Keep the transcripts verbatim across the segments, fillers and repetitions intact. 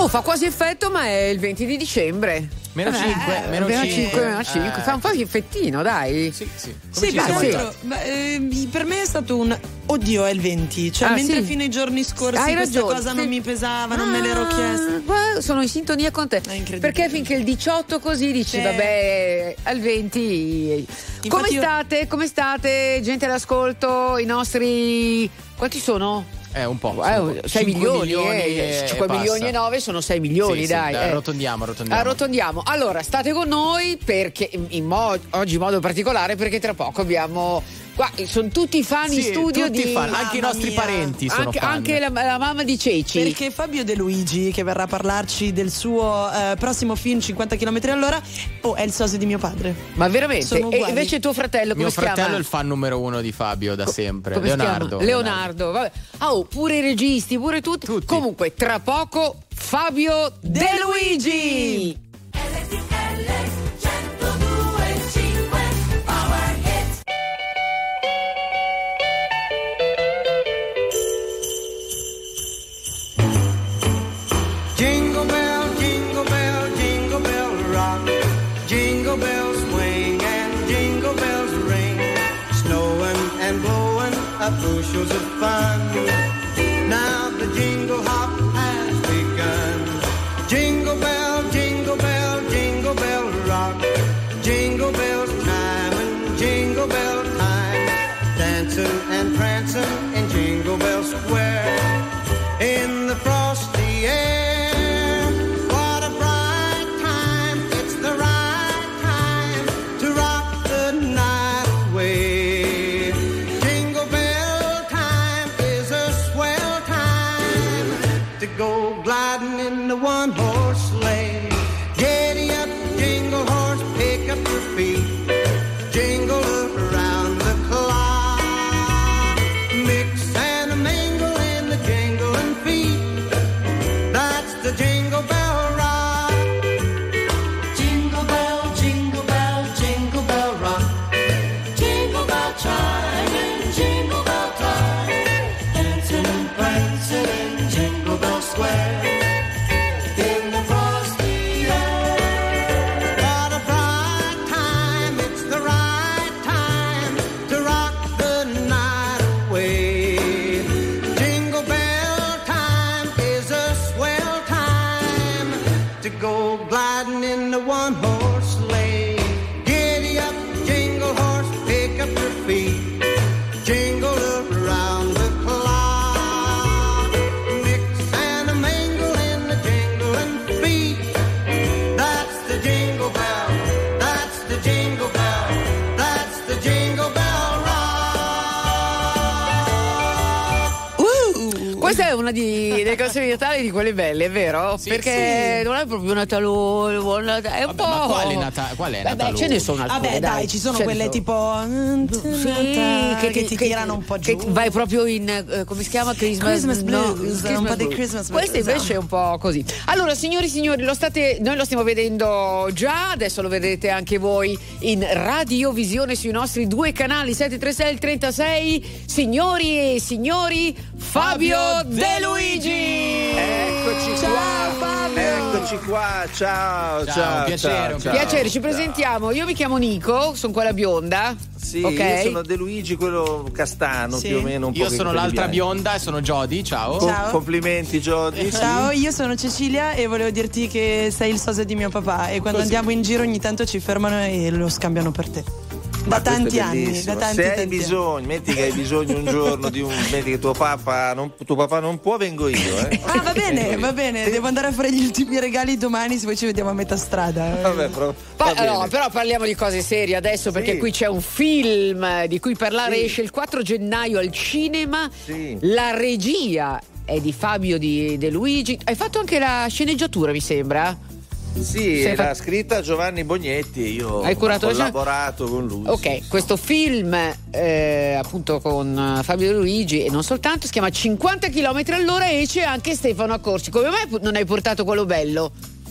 Oh, fa quasi effetto, ma è il venti di dicembre. Meno cinque, eh, meno cinque, meno cinque. Eh. Fa un po' di effettino, dai. Sì, sì. Sì, ci beh, siamo sì. arrivati? Beh, eh, per me è stato un oddio, è il venti. Cioè, Ah, mentre sì. fino ai giorni scorsi Hai questa ragione, cosa sì. non mi pesava, non me l'ero chiesta. Ah, sono in sintonia con te. È incredibile. Perché finché il diciotto così dici, Sì. vabbè, al venti. Come io- state? Come state? Gente all'ascolto, i nostri. Quanti sono? Eh, un po'. Eh, sei cinque milioni, milioni eh, e cinque passa. milioni e nove sono sei milioni, Sì, sì, dai. dai, eh. arrotondiamo, arrotondiamo. Arrotondiamo. Allora, state con noi perché in mo- oggi in modo particolare perché tra poco abbiamo qua sono tutti fan in Sì, studio tutti di fan, anche i Mamma nostri mia. parenti sono anche, fan. anche la, la mamma di Ceci. Perché Fabio De Luigi, che verrà a parlarci del suo eh, prossimo film cinquanta chilometri all'ora, oh, è il sosia di mio padre. Ma veramente? Sono E uguali. invece tuo fratello come Mio si chiama? fratello è il fan numero uno di Fabio da sempre. Come si Leonardo. chiama? Leonardo. Vabbè. Ah, oh, pure i registi, pure tutti. Tutti. Comunque, tra poco Fabio De, De Luigi. Jingle bell, jingle bell, jingle bell rock. Jingle bells swing and jingle bells ring. Snowing and blowing up bushels of fun. Now the jingle hop has begun. Jingle bell, jingle bell, jingle bell rock. Jingle bells chime and jingle bell time. Dancing and prancing in Jingle Bell Square. In the frosty air, what a bright time. It's the right time to rock the night away. Jingle bell time is a swell time to go gliding in the one-horse sleigh. Giddy up, jingle horse, pick up your feet. Jingle around the clock. Mix and a mingle in the jingling feet. That's the Jingle Bell Rock. Jingle bell, jingle bell, jingle bell rock. Jingle bell chime and jingle bell time. Dancing and prancing in Jingle Bell Square. In the frosty air. What a bright time, it's the right time to rock the night away. Jingle bell time is a swell time to go gliding in the one-horse sleigh. Giddy up, jingle horse, pick up your feet. Jingle around the clock. Mix and a mingle in the jingling feet. That's the Jingle Bell. That's the Jingle Bell. That's the Jingle Bell Rock. Uh! Questa è una di, delle canzoni di Natale di quelle belle, è vero? Sì, Perché non è proprio Natalone, buon Natale, è un Vabbè, po'. ma quale Nata- qual è Vabbè, Natalone? ce ne sono alcune. Vabbè, dai, ci sono ce ne quelle sono. tipo Sì, che, ti tirano un po' giù. che vai proprio in eh, come si chiama? Christmas, Christmas no, blues, un po' di Christmas blues, Questo invece è un po' così. Allora, signori e signori, lo state, noi lo stiamo vedendo già, adesso lo vedrete anche voi in radiovisione sui nostri due canali sette tre sei e trentasei. Signori e signori, Fabio De Luigi. Eccoci Ciao, qua. Fabio. Eccoci qua. Ciao, Ciao, ciao. un piacere, ciao, un ciao. Piacere, ci Ciao. presentiamo. Io mi chiamo Nico, sono quella bionda. Sì, ok. io sono De Luigi, quello castano, Sì. più o meno un po'. Io sono l'altra bionda e sono Jody, ciao. Com- Ciao. complimenti, Jody. sì. Ciao, io sono Cecilia e volevo dirti che sei il sosia di mio papà e quando Così. andiamo in giro ogni tanto ci fermano e lo scambiano per te. Ma Da questo tanti è anni, bellissimo. da tanti, Se hai tanti anni. bisogno, metti che hai bisogno un giorno di un. Metti che tuo papà non, tuo papà non può, vengo io, eh. Ah, va bene, va bene, devo andare a fare gli ultimi regali domani, se poi ci vediamo a metà strada. Vabbè, però, Pa- va bene. no, però parliamo di cose serie adesso perché Sì. qui c'è un film di cui parlare, Sì. esce il quattro gennaio al cinema. Sì. La regia è di Fabio di De Luigi. Hai fatto anche la sceneggiatura, mi sembra? Sì, Sei l'ha fa- scritta Giovanni Bognetti e io Hai curato ho la scena? collaborato con lui. Ok, questo film eh, appunto con Fabio De Luigi e non soltanto, si chiama cinquanta chilometri all'ora e c'è anche Stefano Accorsi. Come mai non hai portato quello bello?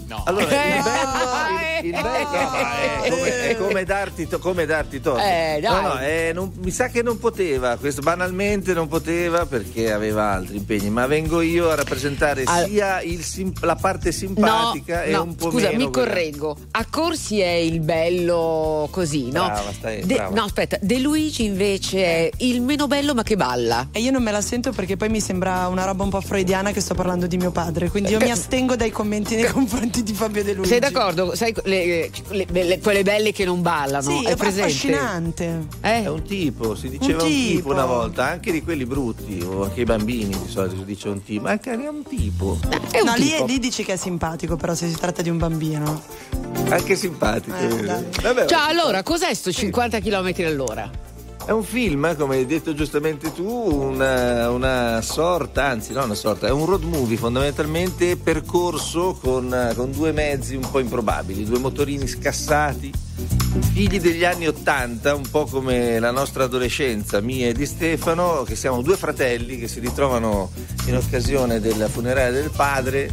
No. Allora, Eh, il bello, il, il bello è, come, è come darti, to- come darti torto. Eh, dai. No, no, eh, non- mi sa che non poteva, questo banalmente non poteva perché aveva altri impegni, ma vengo io a rappresentare Al- sia il sim- la parte simpatica no, e no, un po' scusa, meno mi quella- correggo. Accorsi è il bello così, no? Brava, stai- De- brava. no, aspetta, De Luigi invece è il meno bello ma che balla. E io non me la sento perché poi mi sembra una roba un po' freudiana che sto parlando di mio padre, quindi io mi astengo dai commenti nei confronti di Fabio De Luigi. Sei d'accordo? Sai le, le- le- quelle belle che non ballano? Sì, è è presente? affascinante. Eh? È un tipo, si diceva un tipo. tipo. una volta, anche di quelli brutti, o anche i bambini di solito si dice un tipo, anche è un tipo, È un No, lì, tipo. lì dici che è simpatico, però se si tratta di un bambino. anche simpatico. Eh, dai. Vabbè, Ciao, allora, cos'è sto cinquanta chilometri all'ora? È un film, come hai detto giustamente tu, una, una sorta, anzi non una sorta, è un road movie fondamentalmente percorso con, con due mezzi un po' improbabili, due motorini scassati, figli degli anni Ottanta, un po' come la nostra adolescenza, mia e di Stefano, che siamo due fratelli che si ritrovano in occasione del funerale del padre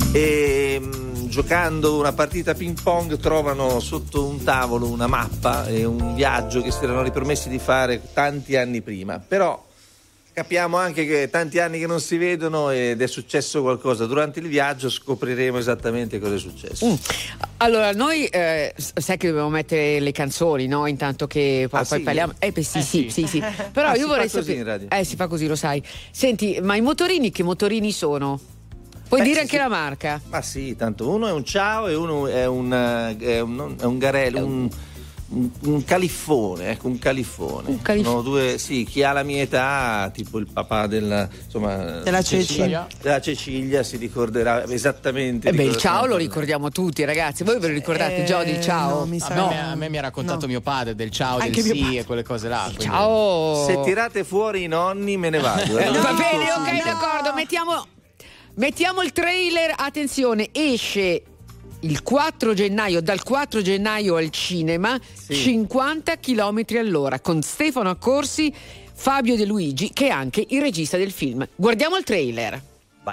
e mh, giocando una partita ping pong trovano sotto un tavolo una mappa e un viaggio che si erano ripromessi di fare tanti anni prima, però capiamo anche che tanti anni che non si vedono ed è successo qualcosa durante il viaggio, scopriremo esattamente cosa è successo. Mm. Allora, noi eh, s- sai che dobbiamo mettere le canzoni, no? Intanto che poi, Ah, poi sì? parliamo. Eh, beh, sì, Eh, sì, sì. sì, sì. Però Ah, io si vorrei fa così sapere. in radio? Eh, si fa così, lo sai. Senti, ma i motorini che motorini sono? Puoi Beh, dire sì, anche sì. la marca? Ma sì, tanto uno è un ciao e uno è un, eh, è un, è un garello, un, un, un califfone, ecco, un califfone. Un calif- Sono due, sì, chi ha la mia età, tipo il papà della, insomma, Della Cecilia. della Cecilia si ricorderà esattamente. Eh di beh, il cosa ciao stiamo lo parlando. ricordiamo tutti, ragazzi. Voi ve lo ricordate, Eh, Jody, il ciao? no, mi A sa- me, No. a me mi ha raccontato No. mio padre del ciao, del Anche mio sì padre. e quelle cose là. quindi- Ciao. Se tirate fuori i nonni me ne vado. eh. Va No, bene, ok, no. d'accordo. Mettiamo, mettiamo il trailer. Attenzione, esce il quattro gennaio, dal quattro gennaio al cinema, Sì. cinquanta chilometri all'ora con Stefano Accorsi, Fabio De Luigi, che è anche il regista del film. Guardiamo il trailer. Vai.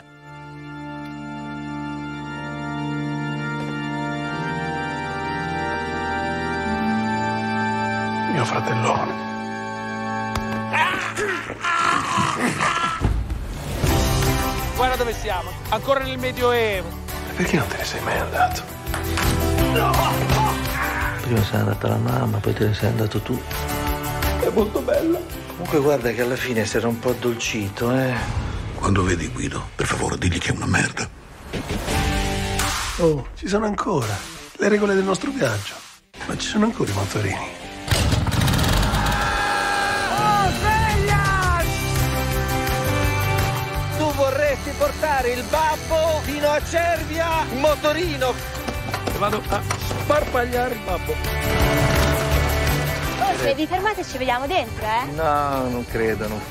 Mio fratellone. Guarda dove siamo, ancora nel Medioevo. Perché non te ne sei mai andato? Prima sei andata la mamma, poi te ne sei andato tu. È molto bella. Comunque guarda che alla fine si era un po' addolcito, eh. Quando vedi Guido, per favore digli che è una merda. Oh, ci sono ancora le regole del nostro viaggio. Ma ci sono ancora i motorini. Tu vorresti portare il babbo fino a Cervia, un motorino. Vado a sparpagliare il babbo. Oh, se vi fermate ci vediamo dentro, eh? No, non credo. non-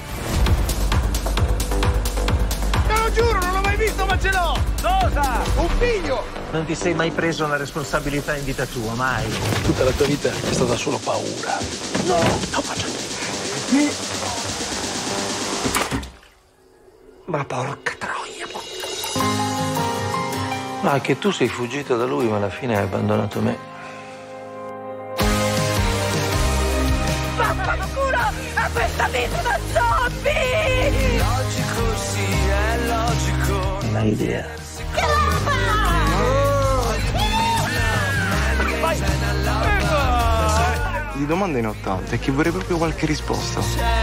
Te lo giuro, non l'ho mai visto, ma ce l'ho! Cosa? Un figlio! Non ti sei mai preso una responsabilità in vita tua, mai. Tutta la tua vita è stata solo paura. No, no, faccio. Ma porca troia. Ma che tu sei fuggito da lui, ma alla fine hai abbandonato me. Vaffanculo a questa vita da zombie! Logico, sì, è logico. Non hai idea. Di domanda in ottanta e che vorrei proprio qualche risposta.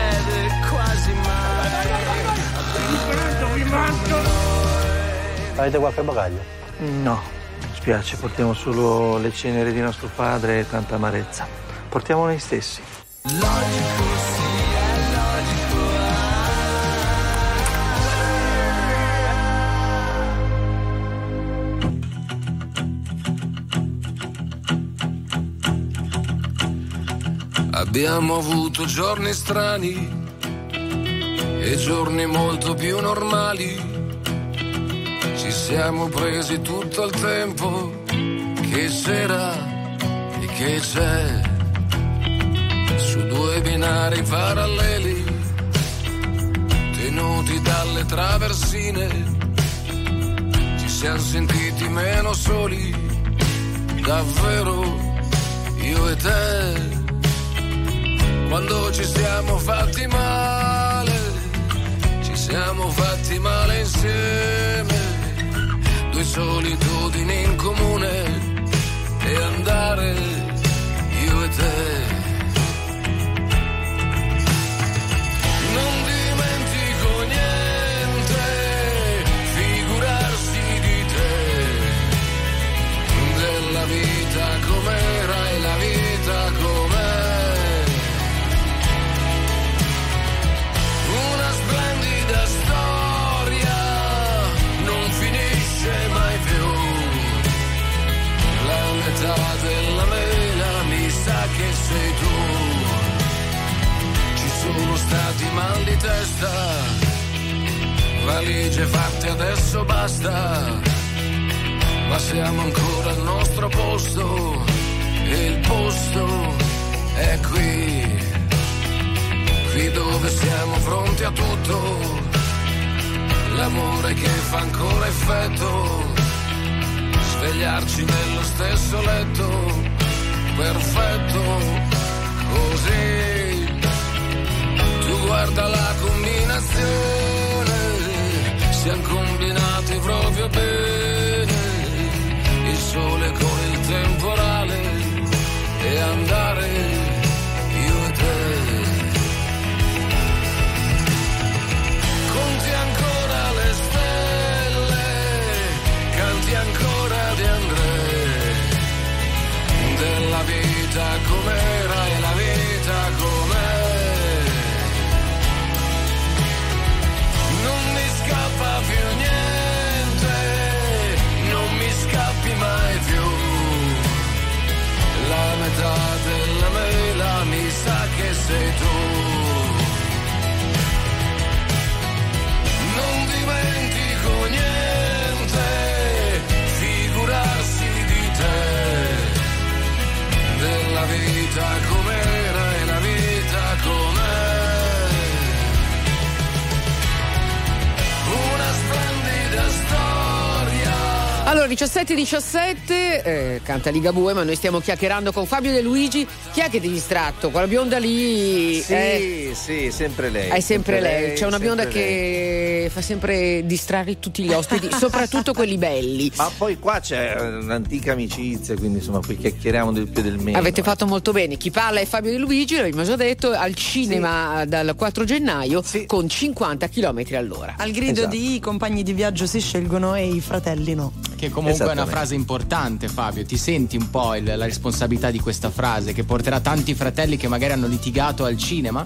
Avete qualche bagaglio? No, mi spiace, portiamo solo le ceneri di nostro padre e tanta amarezza. Portiamo noi stessi. Abbiamo avuto giorni strani e giorni molto più normali. Ci siamo presi tutto il tempo che c'era e che c'è su due binari paralleli tenuti dalle traversine. Ci siamo sentiti meno soli, davvero, io e te. Quando ci siamo fatti male, ci siamo fatti male insieme, due solitudini in comune e andare io e te. Non dimentico niente, figurarsi di te, della vita com'era e la vita com'è. Una splendida storia, non finisce mai più. La metà della mela mi sa che sei tu. Ci sono stati mal di testa, valigie fatte adesso basta, ma siamo ancora al nostro posto e il posto è qui. Qui dove siamo pronti a tutto, l'amore che fa ancora effetto, svegliarci nello stesso letto, perfetto, così. Tu guarda la combinazione, siamo combinati proprio bene, il sole con il temporale e andare io e te. Conti ancora le stelle, canti ancora di André, della vita com'era e la vita com'è. Non mi scappa più niente, non mi scappi mai più. La metà della mela mi sa che sei tu. Non dimentico niente, figurarsi di te, della vita com'era e la vita com'è. Una splendida storia. Allora, diciassette diciassette, eh, canta Ligabue, ma noi stiamo chiacchierando con Fabio De Luigi. Chi è che ti è distratto? Quella bionda lì? Sì, eh? sì, sempre lei. È sempre, sempre lei. lei. C'è una bionda che lei. fa sempre distrarre tutti gli ospiti, soprattutto quelli belli. Ma poi qua c'è un'antica amicizia, quindi insomma poi chiacchieriamo del più e del meno. Avete fatto molto bene. Chi parla è Fabio De Luigi, l'abbiamo già detto, al cinema sì. dal quattro gennaio sì. con cinquanta chilometri all'ora. Al grido esatto. di i compagni di viaggio si scelgono e i fratelli no. Che comunque è una frase importante, Fabio. Ti senti un po' il, la responsabilità di questa frase che porterà tanti fratelli che magari hanno litigato al cinema?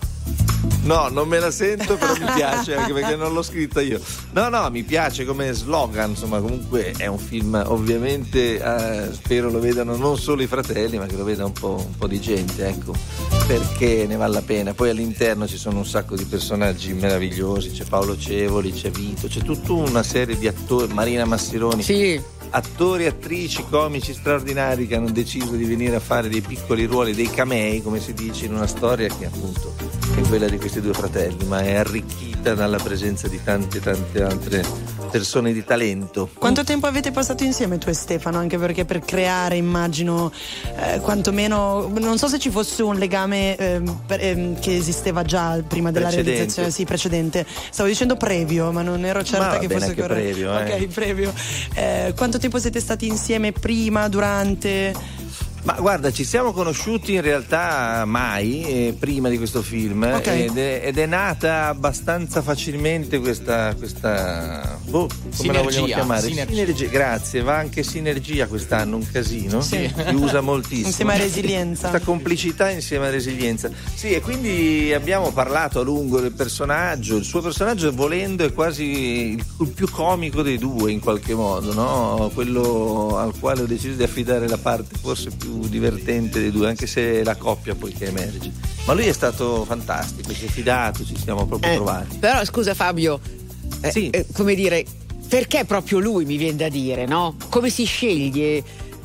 No, non me la sento, però mi piace anche perché non l'ho scritta io. No, no, mi piace come slogan, insomma, comunque è un film, ovviamente eh, spero lo vedano non solo i fratelli, ma che lo veda un po', un po' di gente, ecco, perché ne vale la pena. Poi all'interno ci sono un sacco di personaggi meravigliosi, c'è Paolo Cevoli, c'è Vito, c'è tutta una serie di attori, Marina Massironi. Sì. Attori, attrici, comici straordinari che hanno deciso di venire a fare dei piccoli ruoli, dei camei, come si dice, in una storia che appunto è quella di questi due fratelli, ma è arricchita dalla presenza di tante tante altre persone di talento. Quanto tempo avete passato insieme tu e Stefano? Anche perché per creare, immagino, eh, quantomeno, non so se ci fosse un legame eh, per, eh, che esisteva già prima della precedente. realizzazione, sì, precedente. Stavo dicendo previo, ma non ero certa ma che bene, fosse anche corretto. previo, eh. Ok, previo. Eh, quanto tempo siete stati insieme prima, durante? Ma guarda, ci siamo conosciuti in realtà mai, eh, prima di questo film, okay. ed, è, ed è nata abbastanza facilmente questa, questa boh, come sinergia, la vogliamo chiamare? Sinergia. Sinergia, grazie, va anche sinergia quest'anno, un casino, sì. si usa moltissimo. Insieme a resilienza. Questa complicità insieme a resilienza. Sì, e quindi abbiamo parlato a lungo del personaggio, il suo personaggio volendo è quasi il, il più comico dei due in qualche modo, no? Quello al quale ho deciso di affidare la parte forse più divertente dei due, anche se è la coppia poi che emerge. Ma lui è stato fantastico, si è fidato, ci siamo proprio eh, trovati. Però scusa Fabio, eh, sì. eh, come dire, perché proprio lui, mi viene da dire, no? Come si sceglie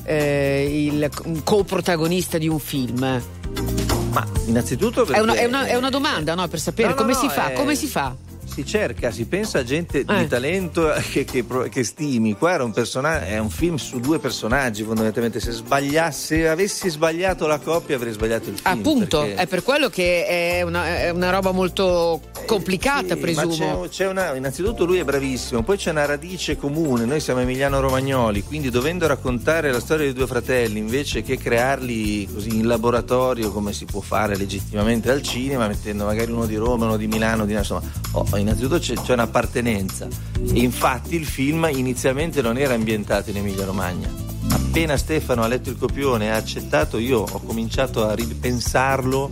eh, il coprotagonista di un film? Ma innanzitutto perché... È una, è una, è una domanda, no? Per sapere no, no, come no, si fa, è... come si fa? si cerca, si pensa a gente Eh. di talento che, che, che stimi. Qua era un personaggio, è un film su due personaggi fondamentalmente. Se sbagliasse, se avessi sbagliato la coppia avrei sbagliato il film. Appunto, perché... è per quello che è una, è una roba molto complicata, Sì, presumo. ma c'è, c'è una, innanzitutto lui è bravissimo, poi c'è una radice comune, noi siamo emiliano-romagnoli, quindi dovendo raccontare la storia dei due fratelli invece che crearli così in laboratorio come si può fare legittimamente al cinema, mettendo magari uno di Roma, uno di Milano, di, insomma, oh, innanzitutto c'è, c'è un'appartenenza, e infatti il film inizialmente non era ambientato in Emilia Romagna. Appena Stefano ha letto il copione e ha accettato, io ho cominciato a ripensarlo,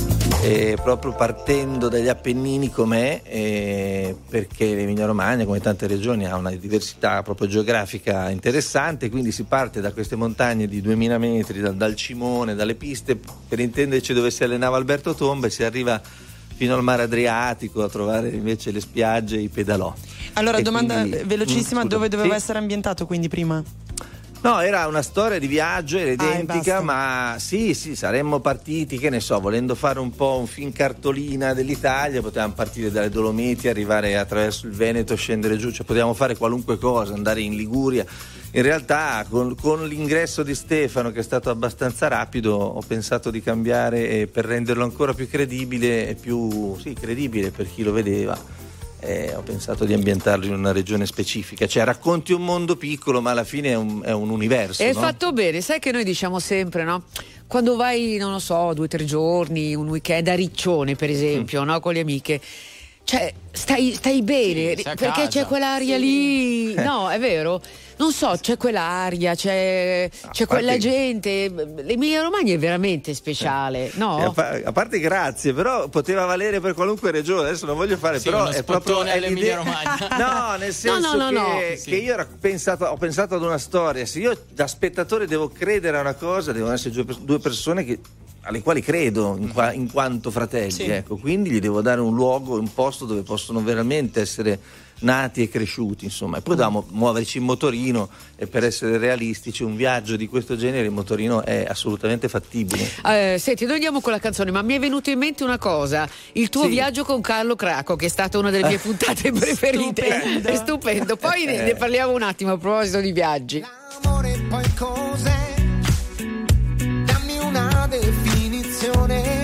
eh, proprio partendo dagli Appennini com'è, eh, perché l'Emilia Romagna, come tante regioni, ha una diversità proprio geografica interessante, quindi si parte da queste montagne di duemila metri, dal, dal Cimone, dalle piste, per intenderci, dove si allenava Alberto Tomba, e si arriva fino al mare Adriatico a trovare invece le spiagge e i pedalò. Allora, E domanda quindi- velocissima, Mm, scusa. dove doveva Sì. essere ambientato quindi prima? No, era una storia di viaggio, era Ah, e identica, basta. ma sì, sì, saremmo partiti, che ne so, volendo fare un po' un film cartolina dell'Italia, potevamo partire dalle Dolomiti, arrivare attraverso il Veneto, scendere giù, cioè potevamo fare qualunque cosa, andare in Liguria. In realtà con, con l'ingresso di Stefano, che è stato abbastanza rapido, ho pensato di cambiare, eh, per renderlo ancora più credibile e più sì, credibile per chi lo vedeva. Eh, ho pensato di ambientarlo in una regione specifica, cioè racconti un mondo piccolo ma alla fine è un, è un universo, E hai no? fatto bene, sai che noi diciamo sempre, no? Quando vai, non lo so, due o tre giorni, un weekend a Riccione, per esempio, Mm. no? Con le amiche. Cioè, stai, stai bene, Sì, sei a perché casa. c'è quell'aria lì. No, è vero? Non so, c'è quell'aria, c'è, c'è quella parte- gente. L'Emilia Romagna è veramente speciale, no? E a, pa- a parte grazie, però poteva valere per qualunque regione, adesso non voglio fare, Sì, però uno è proprio spottone è all'Emilia l'idea- Romagna. No, nel senso no, no, che, no. che io ero pensato, ho pensato ad una storia, se io da spettatore devo credere a una cosa, devono essere due, due persone che, alle quali credo in, qua- in quanto fratelli, Sì. ecco, quindi gli devo dare un luogo, un posto dove possono veramente essere nati e cresciuti, insomma, e poi dobbiamo muoverci in motorino, e per essere realistici un viaggio di questo genere in motorino è assolutamente fattibile. Eh, senti, noi andiamo con la canzone, ma mi è venuto in mente una cosa: il tuo Sì. viaggio con Carlo Craco, che è stata una delle mie puntate preferite. Stupendo. È stupendo. Poi ne, ne parliamo un attimo a proposito di viaggi. L'amore poi cos'è? Dammi una definizione.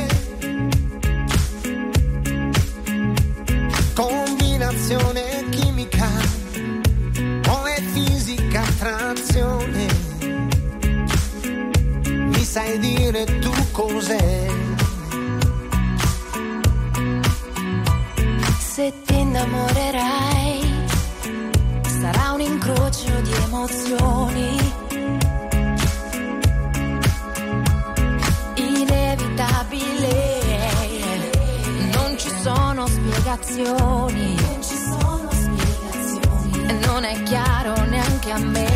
Combinazione chimica o è fisica attrazione? Mi sai dire tu cos'è? Se ti innamorerai sarà un incrocio di emozioni inevitabile, non ci sono spiegazioni, non ci sono spiegazioni, e non è chiaro neanche a me.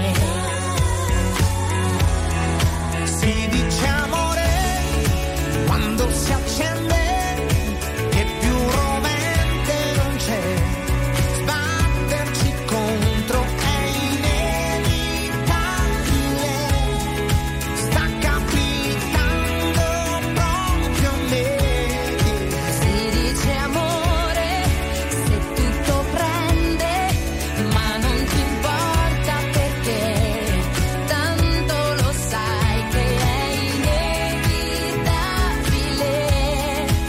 Si dice amore quando si accende, che più rovente non c'è. Sbatterci contro è inevitabile. Sta capitando proprio a me. Si dice amore se tutto prende, ma non ti importa perché tanto lo sai che è inevitabile.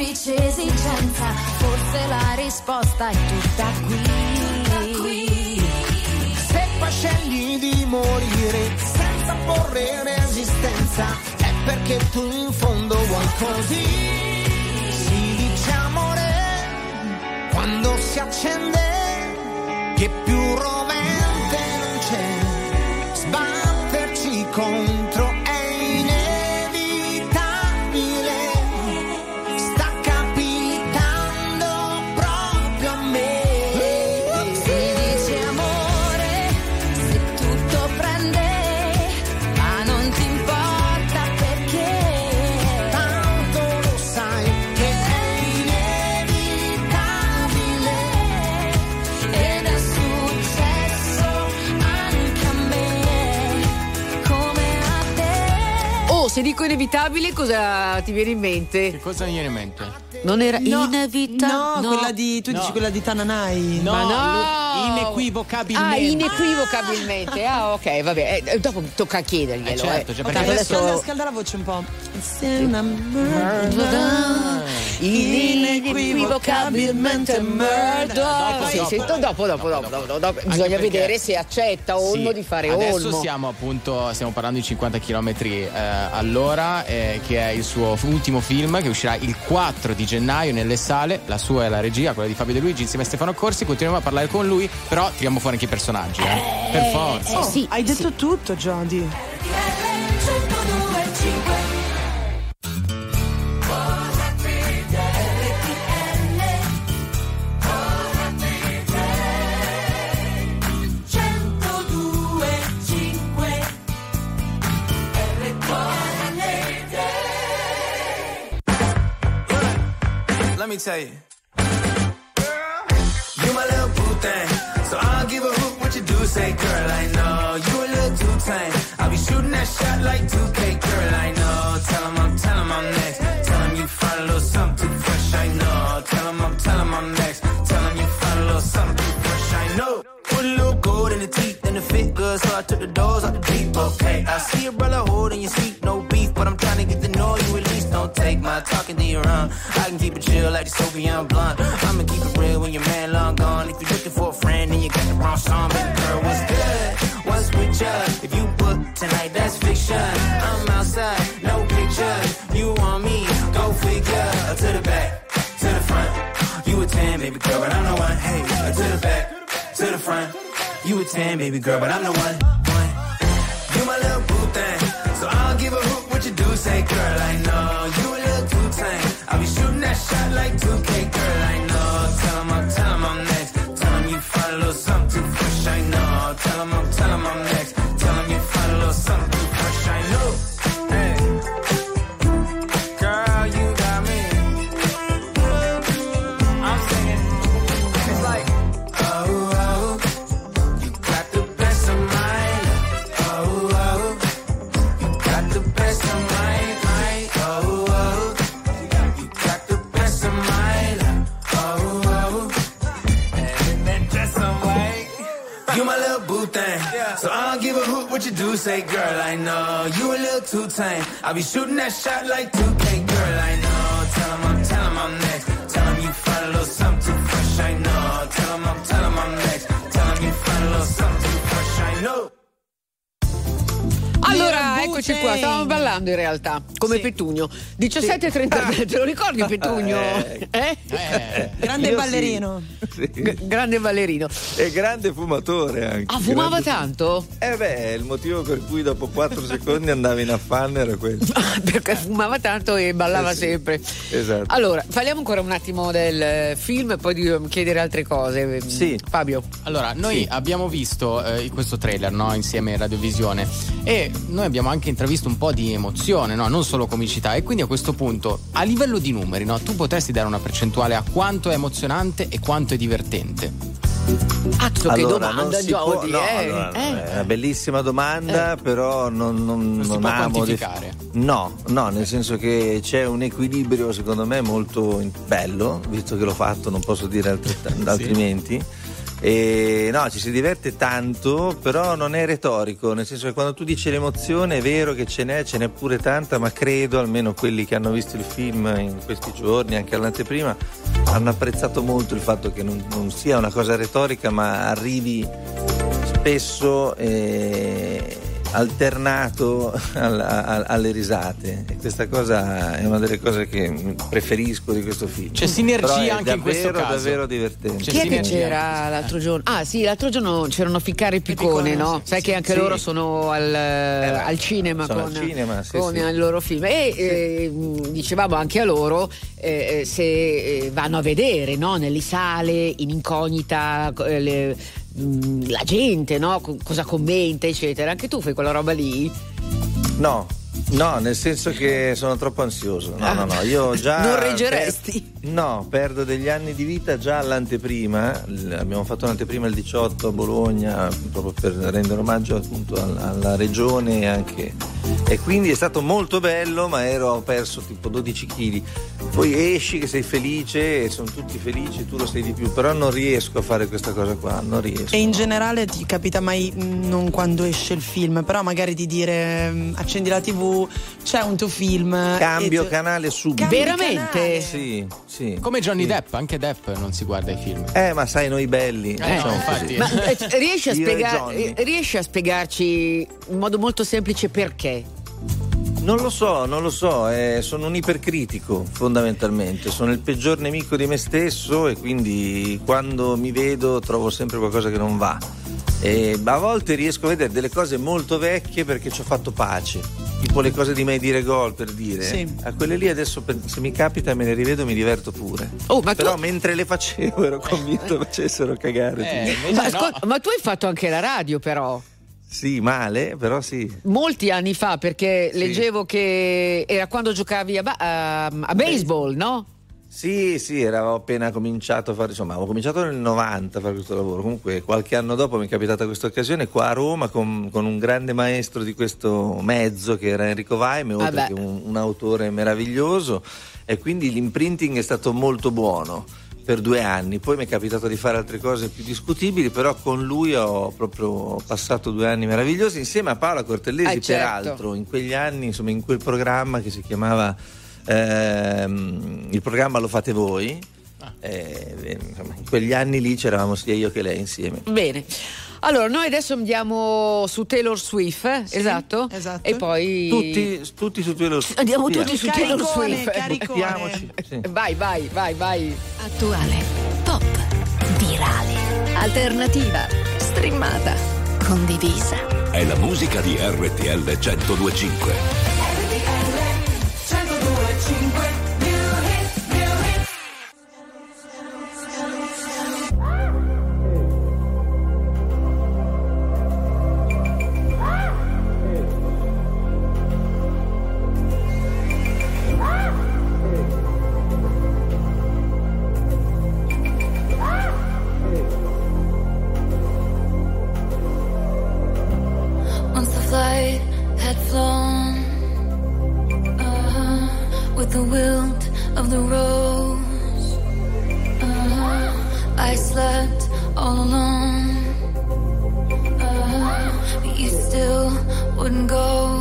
semplice esigenza, forse la risposta è tutta qui. Tutta qui. Se poi scegli di morire senza porre resistenza, è perché tu in fondo vuoi così. Si dice amore quando si accende, che più rovente non c'è. Sbatterci contro è inevitabile. Sta capitando proprio a me. Si dice amore se tutto prende, ma non ti importa perché Tanto lo sai che è inevitabile. ed è successo anche a me come a te. Oh, se dico inevitabile, cosa ti viene in mente? Che cosa mi viene in mente? Non era No, inevitabile? no, quella di tu No. dici quella di Tananai. No, Ma no! lo- inequivocabilmente. Ah, inequivocabilmente. Ah, ok, vabbè. Eh, dopo tocca chiederglielo. Eh, certo, eh. cioè, Ok, perché adesso adesso scalda la voce un po'. inequivocabilmente murder. Dopo, Sì, dopo. sì, dopo, dopo, dopo, dopo, dopo, dopo. Anche Bisogna perché- vedere se accetta Olmo Sì, di fare adesso Olmo. siamo appunto stiamo parlando di cinquanta chilometri eh, all'ora, eh, che è il suo ultimo film, che uscirà il quattro di gennaio nelle sale. La sua è la regia, quella di Fabio De Luigi insieme a Stefano Corsi. Continuiamo a parlare con lui, però tiriamo fuori anche i personaggi, eh. Per forza. Eh, sì, Hai detto tutto, Jody. Let me tell you. You my little boo thing, so I'll give a hoot what you do. Say, girl, I know you a little too tame. I'll be shooting that shot like two K, girl, I know. Tell 'em I'm, tell 'em I'm next. Tell 'em you find a little something too fresh, I know. Tell 'em I'm, tell 'em I'm next. Tell 'em you find a little something too fresh, I know. Put a little gold in the teeth and the fit good, so I took the doors out the deep. Okay, I see a brother holding your seat, no beef, but I'm trying to get to know you at least. Don't take my talking to your own. I can keep it chill like the Soviet blunt. I'ma keep it real when your man long gone. If you're looking for a friend and you got the wrong song, baby girl, what's good? What's with you? If you book tonight, that's fiction. I'm outside, no pictures. You want me? Go figure. To the back, to the front. You a ten, baby girl, but I'm the one. Hey, to the back, to the front. You a ten, baby girl, but I'm the one. one. You my little boo thing, so I'll give a hoot what you do. Say, girl, I know you a little too tame. I'll be shooting that shot like two K, girl, I know. Tell 'em I'm, tell 'em I'm next. Tell 'em you find a little something too fresh, I know. Tell 'em I'm, tell 'em I'm next. Tell 'em you find a little something too fresh, I know. Hey, girl, you got me. I'm singing. It's like, oh, oh, you got the best of mine. Oh, oh, you got the best of mine. mine. Oh, oh, you got the best of mine. Oh, oh, and then just some way. You my little boo thing, so I don't give a hoot what you do. Say, girl, I know you a little too tame. I'll be shooting that shot like two K, girl, I know. Tell 'em I'm, tell 'em I'm next. Tell 'em you find a little something too fresh, I know. Tell 'em I'm, tell 'em I'm next. Tell 'em you find a little something too fresh, I know. Allora, eccoci qua, stavamo ballando in realtà, come Sì. Petugno. diciassette e trentatré, te lo ricordi Petugno? Eh. Eh? Eh. Grande Io ballerino. Sì. G- grande ballerino. E grande fumatore anche. Ah, fumava Grande- tanto? Eh beh, il motivo per cui dopo quattro secondi andava in affanno era quello. Perché fumava tanto e ballava Eh sì. sempre. Esatto. Allora, parliamo ancora un attimo del eh, film e poi di chiedere altre cose. Sì. Fabio. Allora, noi Sì. abbiamo visto eh, questo trailer, no, insieme in radiovisione, e noi abbiamo anche intravisto un po' di emozione, no, non solo comicità, e quindi a questo punto, a livello di numeri, no, tu potresti dare una percentuale a quanto è emozionante e quanto è divertente? Azzo, che Allora, domanda, non si può- Jody, no, eh? allora, Eh. è una bellissima domanda, però non, non, Non si non può amo quantificare. def- no, no, nel senso che c'è un equilibrio secondo me molto in- bello, visto che l'ho fatto, non posso dire altrettan- altrimenti. E no, ci si diverte tanto, però non è retorico, nel senso che quando tu dici l'emozione è vero che ce n'è, ce n'è pure tanta, ma credo, almeno quelli che hanno visto il film in questi giorni, anche all'anteprima, hanno apprezzato molto il fatto che non, non sia una cosa retorica, ma arrivi spesso eh, alternato alla, a, alle risate, e questa cosa è una delle cose che preferisco di questo film. C'è sinergia Però è anche davvero, in questo caso. davvero divertente. Chi è che c'era l'altro giorno? Ah sì, l'altro giorno c'erano Ficcare e Piccone, Piccone, no? sì, Sai sì, che anche sì. loro sono al, al cinema sono con, al cinema, sì, con sì. il loro film. E eh, dicevamo anche a loro eh, se eh, vanno a vedere, no? Nelle sale, in incognita, eh, le, mh, la gente, no? Co- cosa commenta, eccetera. Anche tu fai quella roba lì? No, no, nel senso che sono troppo ansioso. No, no, no, io già. Non reggeresti? Per, no, perdo degli anni di vita già all'anteprima. L- abbiamo fatto un'anteprima il diciotto a Bologna, proprio per rendere omaggio appunto alla, alla regione e anche. E quindi è stato molto bello, ma ero ho perso tipo dodici chili. Poi esci che sei felice, e sono tutti felici, tu lo sei di più, però non riesco a fare questa cosa qua, non riesco. E in generale ti capita mai, mh, non quando esce il film, però magari di dire mh, accendi la tivù, c'è un tuo film, Cambio e- canale subito. Cambi Veramente? canale. Sì, sì. Come Johnny sì. Depp, anche Depp non si guarda i film. Eh, ma sai, noi belli. Eh, facciamo no, così. infatti. Ma eh, riesci, a Io e spiega- Johnny. riesci a spiegarci in modo molto semplice perché? Non lo so, non lo so, eh, sono un ipercritico fondamentalmente, sono il peggior nemico di me stesso e quindi quando mi vedo trovo sempre qualcosa che non va. E a volte riesco a vedere delle cose molto vecchie perché ci ho fatto pace, tipo le cose di May Gol, per dire. Sì. A quelle lì adesso se mi capita me le rivedo, mi diverto pure. Oh, ma Però tu- mentre le facevo ero convinto facessero cagare. Eh, tutti. invece Ma, no. ascol- ma tu hai fatto anche la radio, però. Sì, male, però sì. Molti anni fa, perché Sì. leggevo che era quando giocavi a, ba- a, a baseball, no? Sì, sì, eravamo appena cominciato a fare, insomma, avevo cominciato nel novanta a fare questo lavoro, comunque qualche anno dopo mi è capitata questa occasione qua a Roma con, con un grande maestro di questo mezzo che era Enrico Vaime, oltre Ah, che beh. un, un autore meraviglioso, e quindi l'imprinting è stato molto buono per due anni, poi mi è capitato di fare altre cose più discutibili, però con lui ho proprio passato due anni meravigliosi insieme a Paola Cortellesi, Eh, certo. peraltro in quegli anni, insomma, in quel programma che si chiamava ehm, il programma Lo fate voi. Eh, insomma, in quegli anni lì c'eravamo sia io che lei insieme. Bene. Allora, noi adesso andiamo su Taylor Swift, eh? Sì, esatto? esatto. E poi Tutti, tutti su Taylor Swift. andiamo Via. tutti su Taylor Caricone, Swift. caricone. Mettiamoci, sì. Vai, vai, vai, vai. Attuale, pop, virale, alternativa, streamata, condivisa. È la musica di R T L centodue e cinque. Once the flight had flown, uh-huh, with the wilt of the rose, uh-huh, I slept all alone, uh-huh, but you still wouldn't go.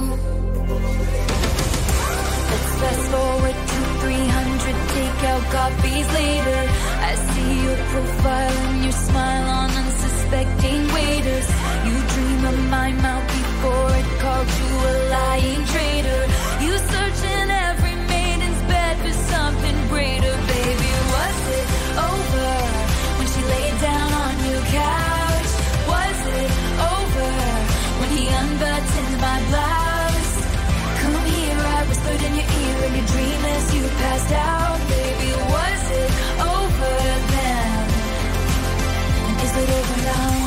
Let's fast forward to three hundred takeout copies later. I see your profile and your smile on unsuspecting waiters. You dream of my mouth before it called you a lying traitor. You search in every maiden's bed for something greater. Baby, was it over when she laid down on your couch? Was it over when he unbuttoned my blouse? Come here, I whispered in your ear and you're dreamless, you passed out. Baby, was it over then? Is it over now?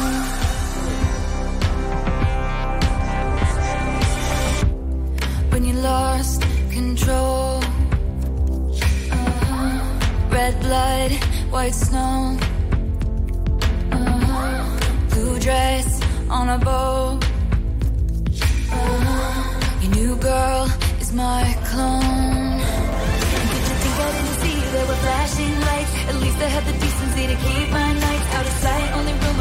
When you lost control, uh-huh. Red blood, white snow, uh-huh. Blue dress on a bow, uh-huh. Your new girl is my clone. Did you think I didn't see there were flashing lights? At least I had the decency to keep my nights out of sight. Only room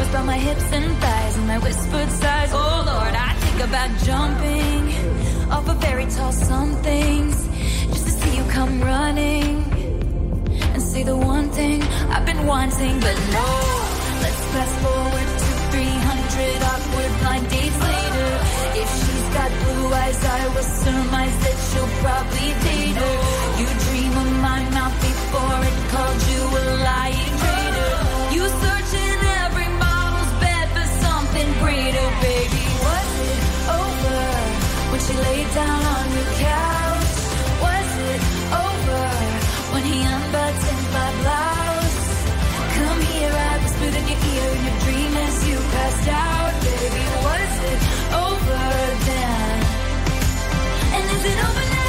hips and thighs and my whispered sighs. Oh Lord, I think about jumping off of very tall somethings just to see you come running and say the one thing I've been wanting. But no, let's fast forward to three hundred awkward blind dates later. If she's got blue eyes, I will surmise that she'll probably date her. You dream of my mouth before it called you a lying traitor. You search in every model's bed for something greater. Baby, was it over when she laid down on your couch? Was it over when he unbuttoned my blouse? Come here, I whispered in your ear in your dream as you passed out. Baby, was it over then? And is it over now?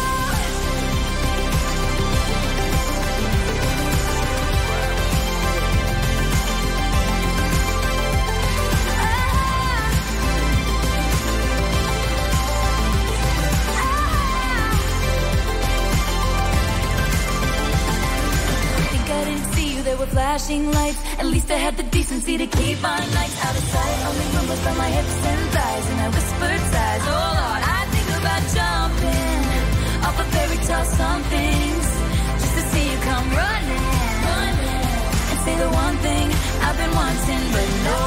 There were flashing lights. At least I had the decency to keep my nights out of sight. Only rumbles by my hips and thighs, and I whispered sighs. Oh Lord, I think about jumping off of fairy tale somethings just to see you come running, running and say the one thing I've been wanting, but no.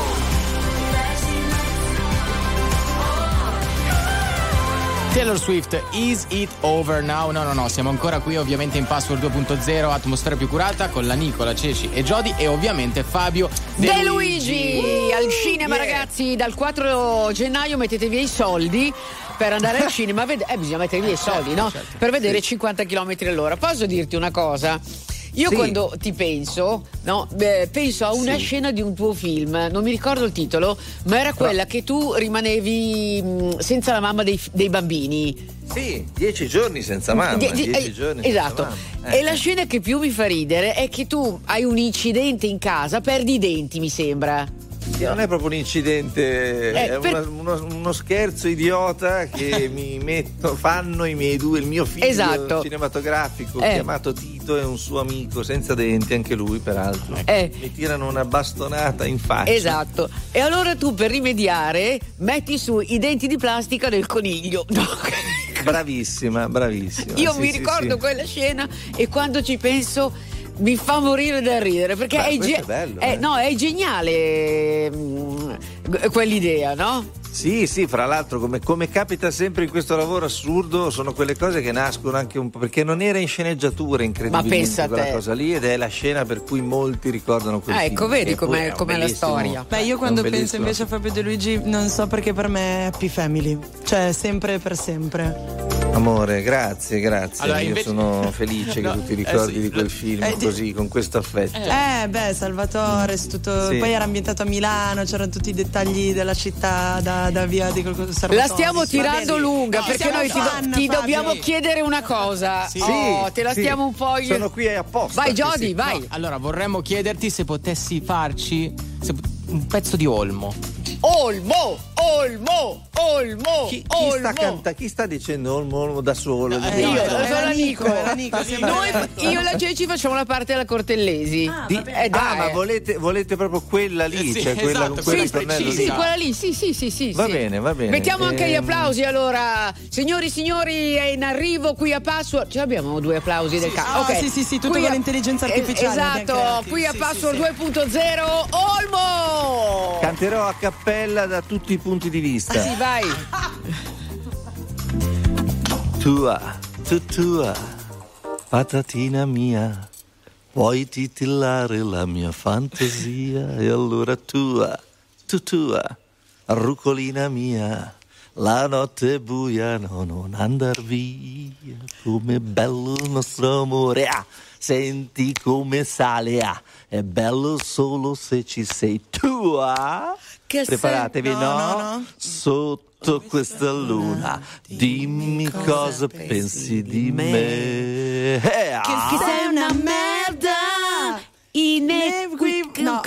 Taylor Swift, Is It Over Now? No, no, no, siamo ancora qui ovviamente in Password due punto zero, atmosfera più curata con la Nicola, Ceci e Jody e ovviamente Fabio De, De Luigi. Luigi. Al cinema, yeah. Ragazzi, dal quattro gennaio mettete via i soldi per andare al cinema. Ved- eh, bisogna mettere via i soldi, no? Certo. Per vedere sì. cinquanta chilometri all'ora. Posso dirti una cosa? Io sì. quando ti penso, no, beh, penso a una sì. scena di un tuo film, non mi ricordo il titolo, ma era quella che tu rimanevi mh, senza la mamma dei, dei bambini. Sì, dieci giorni senza mamma. Die, die, dieci eh, giorni esatto. senza mamma. Eh. E la scena che più mi fa ridere è che tu hai un incidente in casa, perdi i denti, mi sembra. Non è proprio un incidente, eh, è per... una, uno, uno scherzo idiota che mi metto, fanno i miei due, il mio figlio esatto. cinematografico eh. chiamato Tito e un suo amico senza denti, anche lui peraltro. Eh. Mi tirano una bastonata in faccia. Esatto. E allora tu per rimediare metti su i denti di plastica del coniglio. No. Bravissima, bravissima. Io sì, mi sì, ricordo sì. quella scena e quando ci penso mi fa morire da ridere perché Beh, è, ge- è, bello, è, eh. no, è geniale mh, quell'idea, no? Sì, sì, fra l'altro come, come capita sempre in questo lavoro assurdo sono quelle cose che nascono anche un po' perché non era in sceneggiatura incredibilmente quella cosa lì ed è la scena per cui molti ricordano quel ah, film. Ecco, vedi com'è, poi, com'è la storia. Beh, io quando penso invece a Fabio De Luigi non so perché per me è Happy Family, cioè sempre e per sempre. Amore, grazie, grazie. Allora, io invece... sono felice no, che tu ti ricordi eh sì, di quel film eh, così, con questo affetto. Eh, beh, Salvatore, tutto... sì. poi era ambientato a Milano, c'erano tutti i dettagli della città da, da via di quel conservatorio. La stiamo tirando lunga no, perché noi ti, fan, ti Fabio. dobbiamo chiedere una cosa. Sì. Oh, te la sì, stiamo un po'. Sono qui apposta. Vai, Jody, sì, sì. vai. No, allora vorremmo chiederti se potessi farci se, un pezzo di Olmo. Olmo, Olmo, Olmo, Chi, chi Olmo. sta canta, chi sta dicendo Olmo, Olmo da solo? Eh, io, era sono la Nico, Nico. era Nico, sì, Noi, certo. io e la Ceci facciamo la parte della Cortellesi. Ah, Di- Eh, dai. ah, ma volete, volete proprio quella lì, Eh, sì, cioè quella esatto, con quella Sì, il tornello sì, lì. sì, quella lì, sì, sì, sì, sì. Va sì. bene, va bene. Mettiamo anche gli Ehm. applausi allora. Signori, signori, è in arrivo qui a Password. Ce l'abbiamo due applausi del cazzo. Ah, Ok. sì, sì, sì, tutto Qui con a- l'intelligenza artificiale, Esatto, abbiamo qui a sì, Password sì, sì. due punto zero Olmo. Canterò a cappella da tutti i punti di vista. Sì, vai. Tua, tu tua, patatina mia, vuoi titillare la mia fantasia? E allora tua, tu tua, rucolina mia, la notte è buia, no, non andar via, come bello il nostro amore, ah, senti come sale, ah, è bello solo se ci sei tu, ah. Che Preparatevi, sei- no? no, no, no. Sotto questa luna, dimmi cosa pensi di me. Eh, Che, ah. che sei una merda inequivoca- No,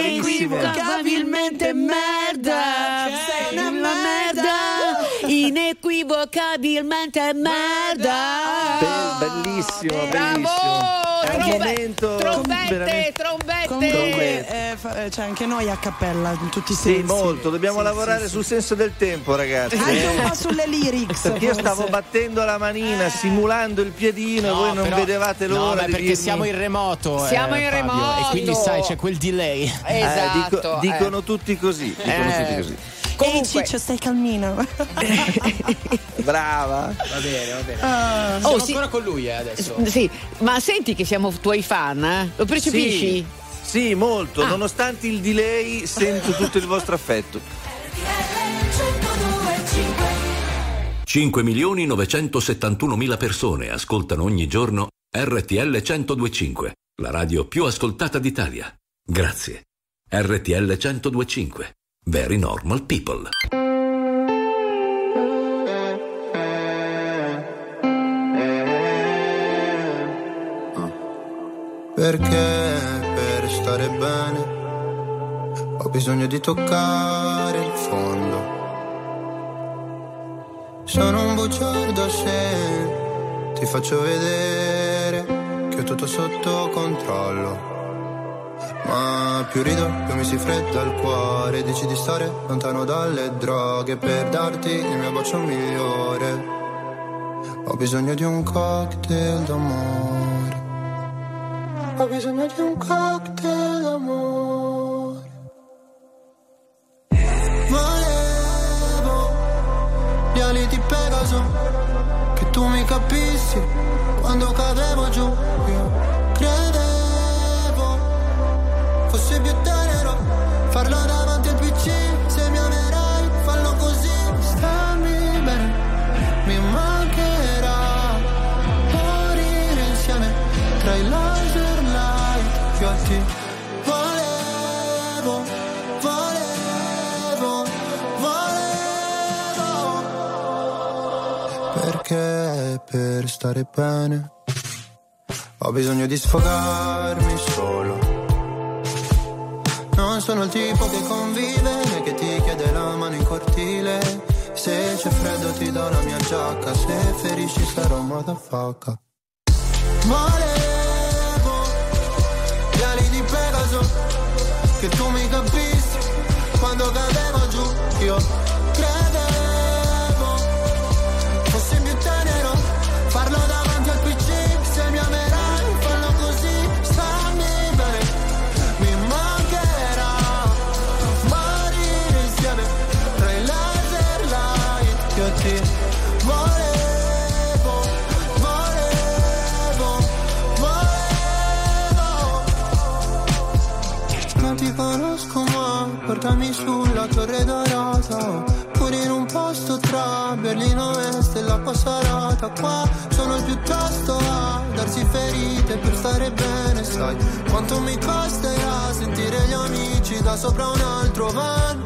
inequivocabilmente merda. Sei una merda inequivocabilmente merda. Be- bellissimo, Bravo! bellissimo. È un Trombe- momento trombette, veramente- trombette. Comunque, eh, fa- eh, cioè anche noi a cappella in tutti i Sì, sensi. molto, dobbiamo Sì, lavorare sì, sul senso del tempo, ragazzi. Anche eh. un po' sulle lyrics. Perché io forse. stavo battendo la manina, simulando il piedino, e No, voi non però- vedevate no, l'ora ma di perché dirmi- siamo in remoto. Siamo eh, in Fabio, remoto. E quindi sai, c'è quel delay. Esatto. Eh, dico- dicono eh. tutti così. Dicono Eh. tutti così. Ehi Ciccio, stai calmino. Brava. Va bene, va bene. Ah. Siamo Oh, sì. ancora con lui eh, adesso. Sì, ma senti che siamo tuoi fan, eh? Lo percepisci? Sì, sì, molto. Ah. Nonostante il delay, sento tutto il vostro affetto. cinque milioni novecentosettantunomila persone ascoltano ogni giorno R T L centodue e cinque, la radio più ascoltata d'Italia. Grazie. R T L centodue e cinque. Very normal people. Perché per stare bene ho bisogno di toccare il fondo. Sono un bugiardo se ti faccio vedere che ho tutto sotto controllo. Ma più rido, più mi si fredda il cuore. Dici di stare lontano dalle droghe per darti il mio bacio migliore. Ho bisogno di un cocktail d'amore. Ho bisogno di un cocktail d'amore. Volevo gli ali di Pegaso, che tu mi capissi quando cadevo giù. Io credevo fosse più tenero farlo davanti al P C. Se mi amerai, fallo così. Stammi bene, mi mancherà morire insieme tra i laser light più alti. Volevo, volevo, volevo. Perché per stare bene ho bisogno di sfogarmi solo. Non sono il tipo che convive né che ti chiede la mano in cortile. Se c'è freddo ti do la mia giacca, se ferisci sarò motherfucker. Volevo gli ali di Pegaso, che tu mi capissi quando cadevo giù. Io credevo fosse più tenero farlo davanti al P C. Se mi amerai, fallo così. Stammi bene, mi mancherà morire insieme tra i laser light. Io ti volevo, volevo, volevo. Non ti conosco ma portami sulla Torre Dorata, pure in un posto tra Berlino Est e la Passarata. Qua sono piuttosto a darsi ferite per stare bene. Sai quanto mi costerà sentire gli amici da sopra un altro van.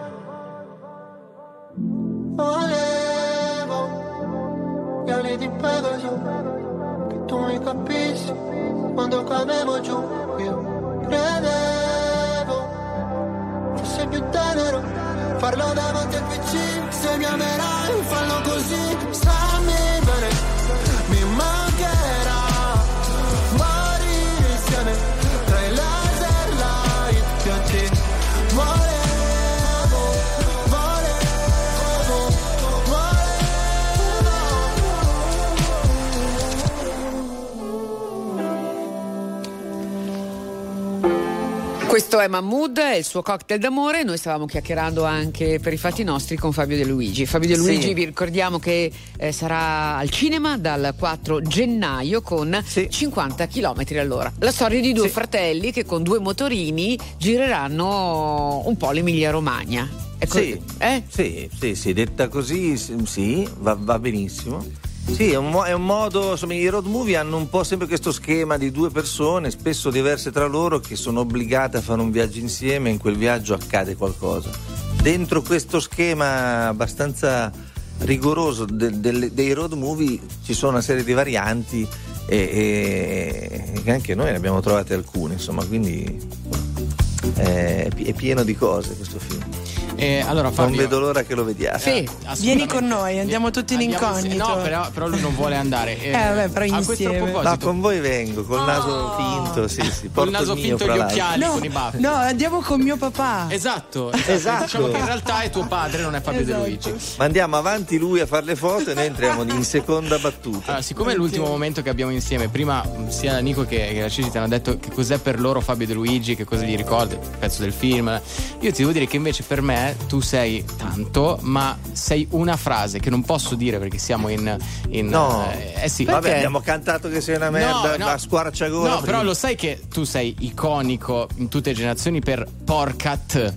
Volevo gli ali di Pegaso, che tu mi capissi quando cadevo giù. Io credevo fosse più tenero farlo davanti al P C. Se mi amerai, fallo così. Stammi bene, mi mancherà morire insieme tra i laser light che a te volevo, volevo, volevo. Questo è Mahmood e il suo cocktail d'amore. Noi stavamo chiacchierando anche per i fatti nostri con Fabio De Luigi. Fabio De Luigi, Sì. vi ricordiamo che eh, sarà al cinema dal quattro gennaio con Sì. cinquanta chilometri all'ora. La storia di due Sì. fratelli che con due motorini gireranno un po' l'Emilia Romagna. Ecco, Sì, eh? sì, sì, sì, detta così, sì, sì, va, va benissimo. Sì, è un, mo- è un modo, insomma, i road movie hanno un po' sempre questo schema di due persone, spesso diverse tra loro, che sono obbligate a fare un viaggio insieme e in quel viaggio accade qualcosa. Dentro questo schema abbastanza rigoroso de- de- dei road movie ci sono una serie di varianti e, e anche noi ne abbiamo trovate alcune, insomma, quindi è, è pieno di cose questo film. E allora Fabio, non vedo l'ora che lo vediate. Sì, vieni con noi, andiamo tutti in Andiamo incognito. insieme. No, però, però lui non vuole andare. Eh, vabbè, però a questo insieme. proposito, Ma con voi vengo, col naso finto, sì, sì. col porto naso il mio, finto fra e gli l'altro. occhiali, No, con i baffi. no, andiamo con mio papà. Esatto, Esatto. esatto. Diciamo che in realtà è tuo padre, non è Fabio Esatto. De Luigi. Mandiamo avanti lui a fare le foto e noi entriamo in seconda battuta. Allora, siccome è l'ultimo momento che abbiamo insieme, prima sia Nico che, che la Ceci ti hanno detto che cos'è per loro Fabio De Luigi, che cosa gli ricorda, il pezzo del film. Io ti devo dire che invece per me tu sei tanto, ma sei una frase che non posso dire perché siamo in. in No, eh, eh sì, vabbè, perché? abbiamo cantato che sei una merda, No, no. a squarciagola. No, prima. però lo sai che tu sei iconico in tutte le generazioni per Porcat.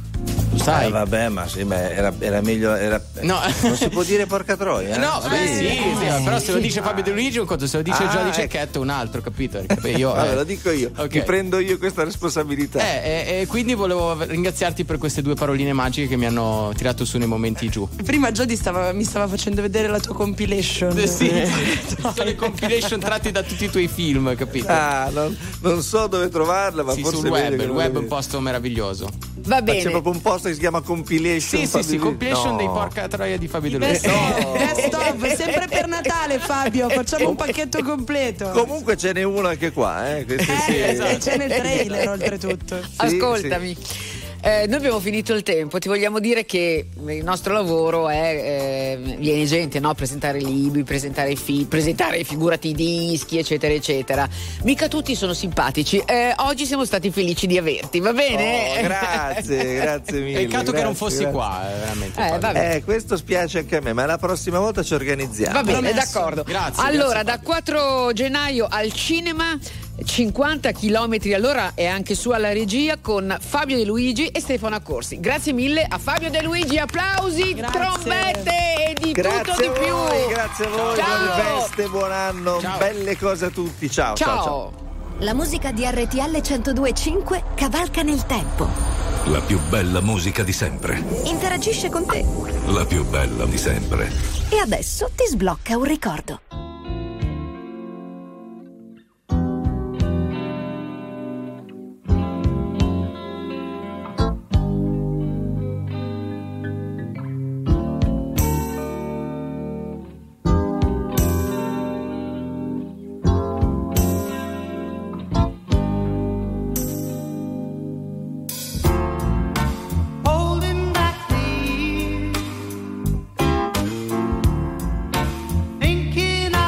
Lo sai? Eh, vabbè, ma sì, ma era, era meglio. Era, No. Non si può dire porca troia. No, eh? beh, sì, sì, però se lo dice Fabio De Luigi un conto, se lo dice Ah, Gianni ecco. Cecchetto un altro, capito? Perché io, Vabbè, eh, lo dico io, ok. mi prendo io questa responsabilità. Eh, e, e quindi volevo ringraziarti per queste due paroline magiche che mi hanno tirato su nei momenti giù. Prima Jody stava, mi stava facendo vedere la tua compilation. Eh, sì, sì, tutte le compilation tratte da tutti i tuoi film, capito? Ah, non, non so dove trovarla, ma sì, forse sul web, vede che il lo web è vede. un posto meraviglioso. Va Ma bene. c'è proprio un posto che si chiama compilation. Sì, sì, sì, Fabio- compilation no. dei porca troia di Fabio De Luigi. Best, best of, sempre per Natale, Fabio, facciamo un pacchetto completo. Comunque ce n'è uno anche qua, eh. Questo sì. Eh, esatto. E c'è nel trailer oltretutto. Ascoltami. Eh, noi abbiamo finito il tempo, ti vogliamo dire che il nostro lavoro è eh, viene gente, no? Presentare libri, presentare film, presentare figurati i dischi, eccetera, eccetera. Mica tutti sono simpatici. Eh, oggi siamo stati felici di averti, va bene? Oh, grazie, grazie mille. Peccato che non grazie, fossi grazie. qua, eh, veramente. Eh, Fabio. vabbè. Eh, questo spiace anche a me, ma la prossima volta ci organizziamo. Va bene, Promesso. d'accordo. Grazie, allora, grazie, da Fabio. quattro gennaio al cinema, cinquanta chilometri all'ora e anche su alla regia con Fabio De Luigi e Stefano Accorsi. Grazie mille a Fabio De Luigi, applausi, Grazie. trombette e di Grazie tutto di a più. voi, grazie a voi, Ciao. buone feste, buon anno, Ciao. belle cose a tutti. Ciao, ciao, ciao. Ciao. La musica di R T L centodue e cinque cavalca nel tempo. La più bella musica di sempre. Interagisce con te. La più bella di sempre. E adesso ti sblocca un ricordo. Holding back the years, thinking I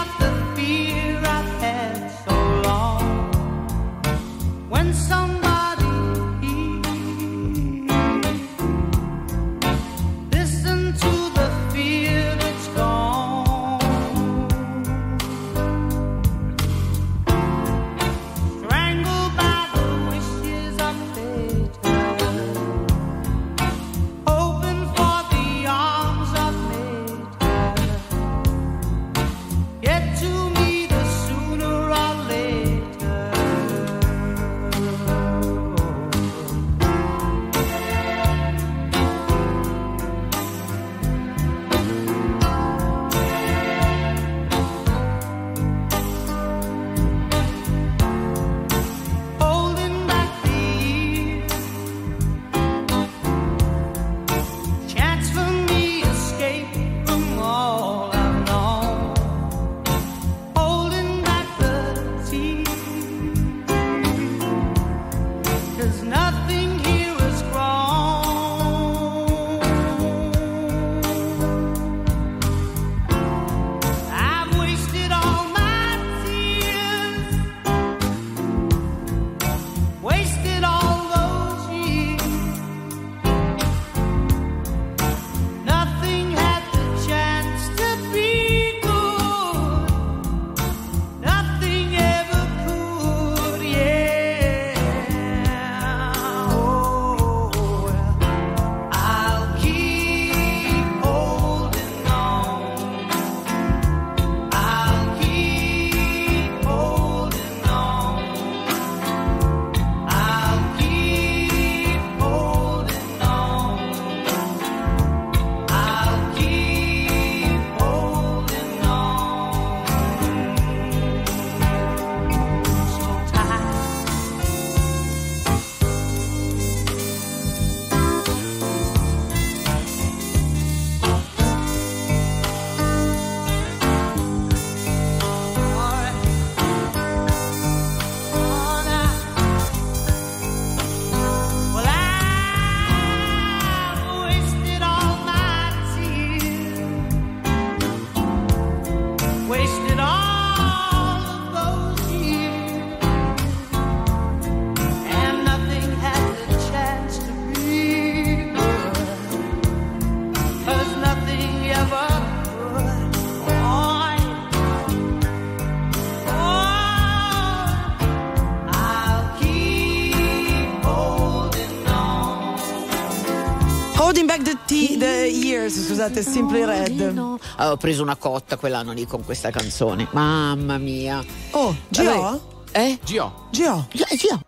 Putting Back the, tea, the Years, scusate, Simply Red. No. Avevo preso una cotta quell'anno lì con questa canzone. Mamma mia. Oh, G O? Eh? G O. G O. G O.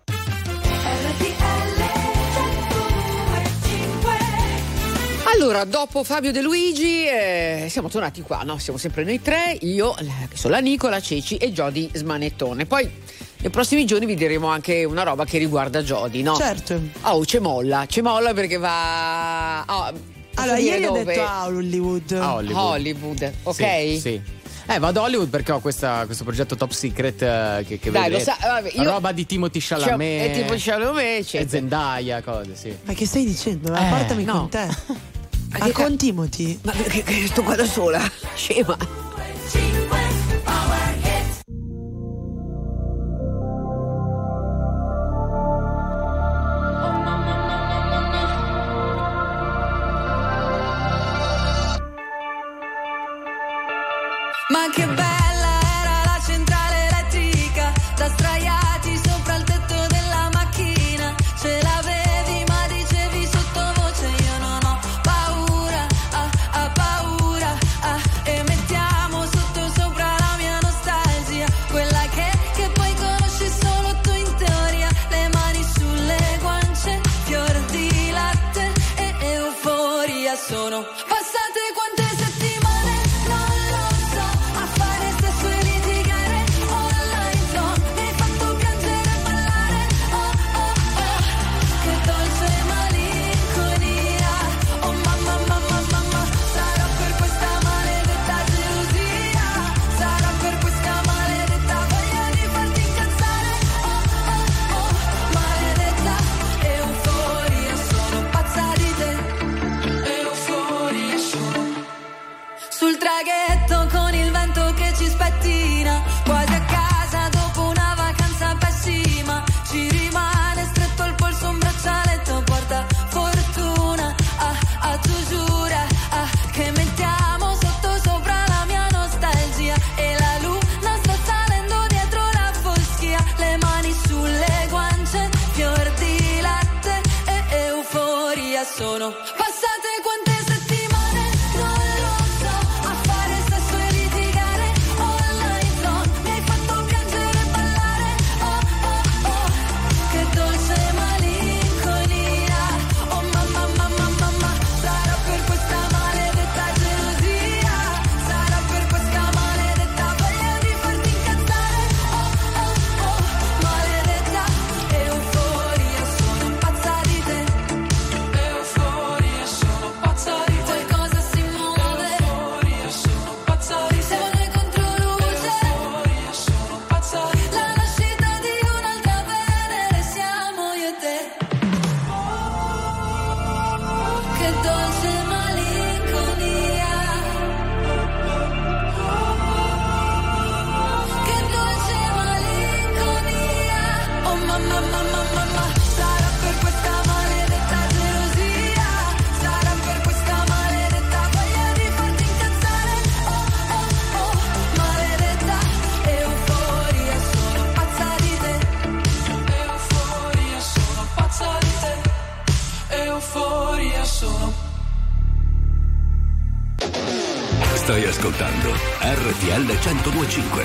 Allora, dopo Fabio De Luigi eh, siamo tornati qua, no? Siamo sempre noi tre, io, che sono la Nicola, Ceci e Jody Smanettone. Poi nei prossimi giorni vi diremo anche una roba che riguarda Jody, no? Certo. Oh, c'è molla, c'è molla perché va... Oh, allora, ieri dove? ho detto a Hollywood. A Hollywood. Hollywood, ok? Sì, sì. Eh, vado a Hollywood perché ho questa, questo progetto Top Secret eh, che, che Dai, lo vedrete. sa, vabbè, io... roba di Timothy Chalamet. E Timothy Chalamet e Zendaya, cose, sì. Ma che stai dicendo? Eh, Portami no. con te. Ma ah, con Timothy? Ma che, che sto qua da sola? Scema. Ma che bella era la centrale elettrica, da sdraiati sopra il tetto della macchina. Ce l'avevi ma dicevi sottovoce io non ho paura, ah, ah, paura, ah. E mettiamo sotto sopra la mia nostalgia, quella che, che poi conosci solo tu in teoria. Le mani sulle guance, fior di latte e euforia sono passate quante settimane, non lo so, a fare sesso e litigare online zone. Mi hai fatto piangere e ballare, oh oh oh, che dolce malinconia. Oh mamma mamma mamma, sarà per questa maledetta gelosia, sarà per questa maledetta voglia di farti incazzare, oh oh oh, maledetta euforia, sono pazza di te, euforia sono. Sul traghetto con il vento che ci spettina, quasi a casa dopo una vacanza pessima, ci rimane stretto al polso un braccialetto porta fortuna, ah ah tu giura, ah che mettiamo sotto sopra la mia nostalgia e la luna sta salendo dietro la foschia, le mani sulle guance, fior di latte e euforia sono passate quante settimane, non lo so, a fare sesso e litigare online zone. Mi hai fatto piangere e ballare, oh oh oh, che dolce malinconia. Oh mamma mamma mamma, sarà per questa maledetta gelosia, sarà per questa maledetta voglia di farti incazzare, oh oh oh, maledetta euforia, sono pazza di te, euforia, sono pazza di te. Qualcosa si muove, euforia, sono pazza di te. Siamo noi contro luce, euforia, sono pazza di te. La nascita di un'altra Venere siamo io e te. Che dolce malinconia, che dolce malinconia. Oh mamma mamma mamma, sarà per questa maledetta gelosia, sarà per questa maledetta voglia di farti incazzare, oh oh oh, maledetta euforia, sono pazza di te, euforia, sono pazza di te, euforia, sono. Stai ascoltando R T L centodue e cinque.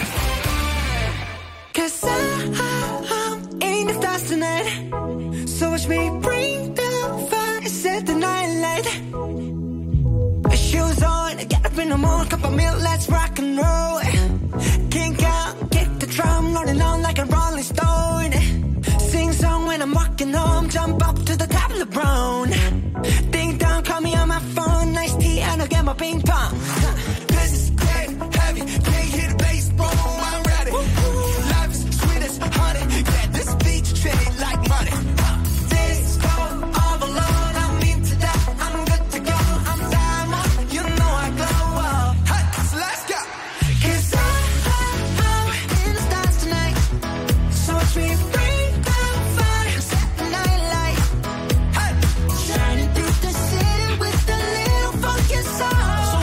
Cause I'm in the stars tonight. So watch me bring the fire, set the night light. Shoes on, get up in the morning, cup of milk, let's rock and roll. Kink out, kick the drum, rolling on like a rolling stone. Sing song when I'm walking home, jump up to the top of the brown. Ding dong, call me on my phone, nice tea, and I'll get my ping pong. This is great, heavy, can't hear the bass, boom, I'm ready. Life is sweet as honey, yeah, this beach treated like money. This go all alone, I'm into that, I'm good to go, I'm diamond, you know I glow up. Hey, so let's go. 'Cause I, I'm in the stars tonight, so watch me bring the fire, set the night light. Hey, shining through the city with a little funky soul.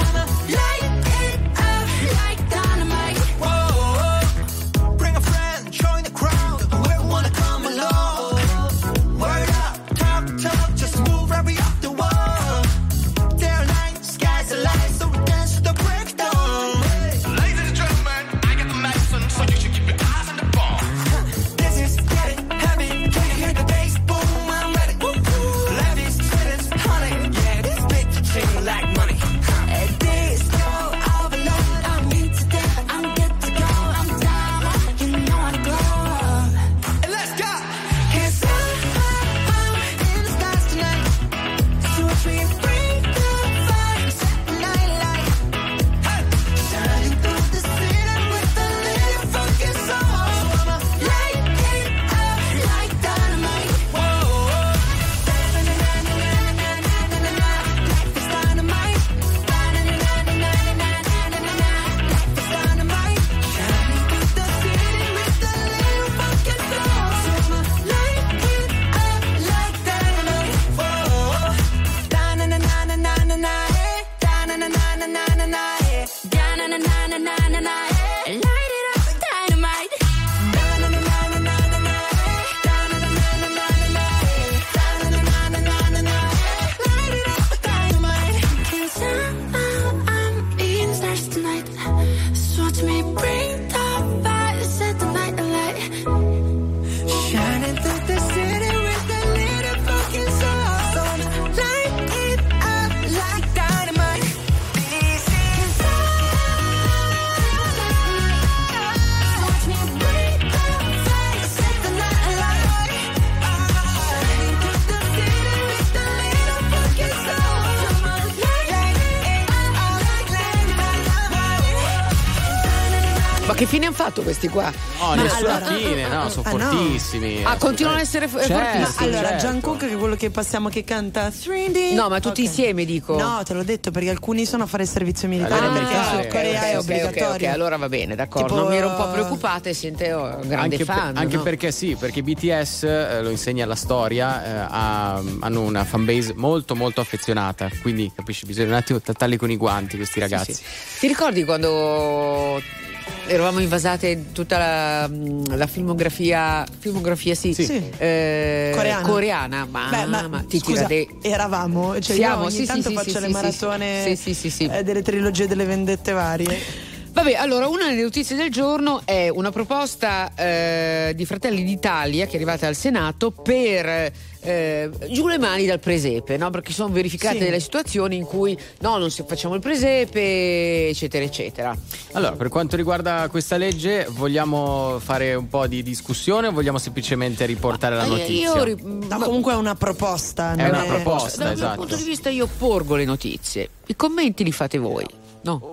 che fine hanno fatto questi qua? No, Ma nessuna allora- fine, no, sono Ah, no. fortissimi. Ah, continuano a essere f- Certo, fortissimi. Allora, certo. Jungkook che è quello che passiamo che canta tre D. No, ma tutti Ok. insieme dico. No, te l'ho detto perché alcuni sono a fare il servizio militare Allora, perché ah, in Sud ok, Corea ok, è ok, obbligatorio. ok, allora va bene, d'accordo. Tipo- Non mi ero un po' preoccupata e siete un grande Anche, fan. per- anche no? perché sì, perché B T S eh, lo insegna la storia, eh, ha- hanno una fanbase molto molto affezionata, quindi capisci, bisogna un attimo trattarli con i guanti questi ragazzi. Sì, sì. Ti ricordi quando eravamo invasate tutta la, la filmografia filmografia sì, Sì. eh, Coreana. coreana ma, Beh, ma, ma ti scusa, tira de- eravamo, cioè Siamo, io ogni sì, tanto sì, faccio sì, le sì, maratone sì, sì, sì, sì. eh, delle trilogie delle vendette varie. Vabbè, allora una delle notizie del giorno è una proposta eh, di Fratelli d'Italia che è arrivata al Senato per eh, giù le mani dal presepe, no? Perché sono verificate Sì. delle situazioni in cui no, non si facciamo il presepe, eccetera, eccetera. Allora, per quanto riguarda questa legge, vogliamo fare un po' di discussione o vogliamo semplicemente riportare la Eh, notizia? Io, ri- No, comunque è una proposta. È non una proposta, dal esatto. mio punto di vista io porgo le notizie, i commenti li fate voi, no?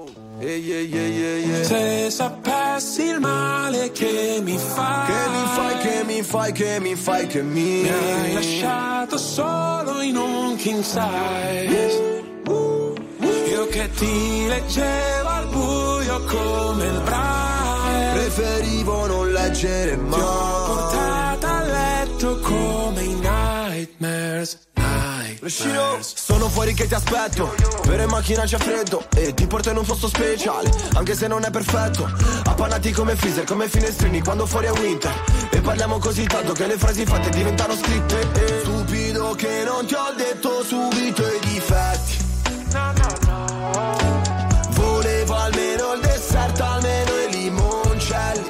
Se sapessi il male che mi fai, Che mi fai, che mi fai, che mi fai, che mi mi hai lasciato solo in un king size. Io che ti leggevo al buio come il braille, preferivo non leggere ti ho mai. portata a letto come i nightmares. Nightmares. Sono fuori che ti aspetto, vero in macchina c'è freddo e ti porto in un posto speciale, anche se non è perfetto. Appannati come freezer, come finestrini quando fuori è winter. E parliamo così tanto che le frasi fatte diventano scritte. E stupido che non ti ho detto subito i difetti. No, no, no. Volevo almeno il dessert, almeno i limoncelli.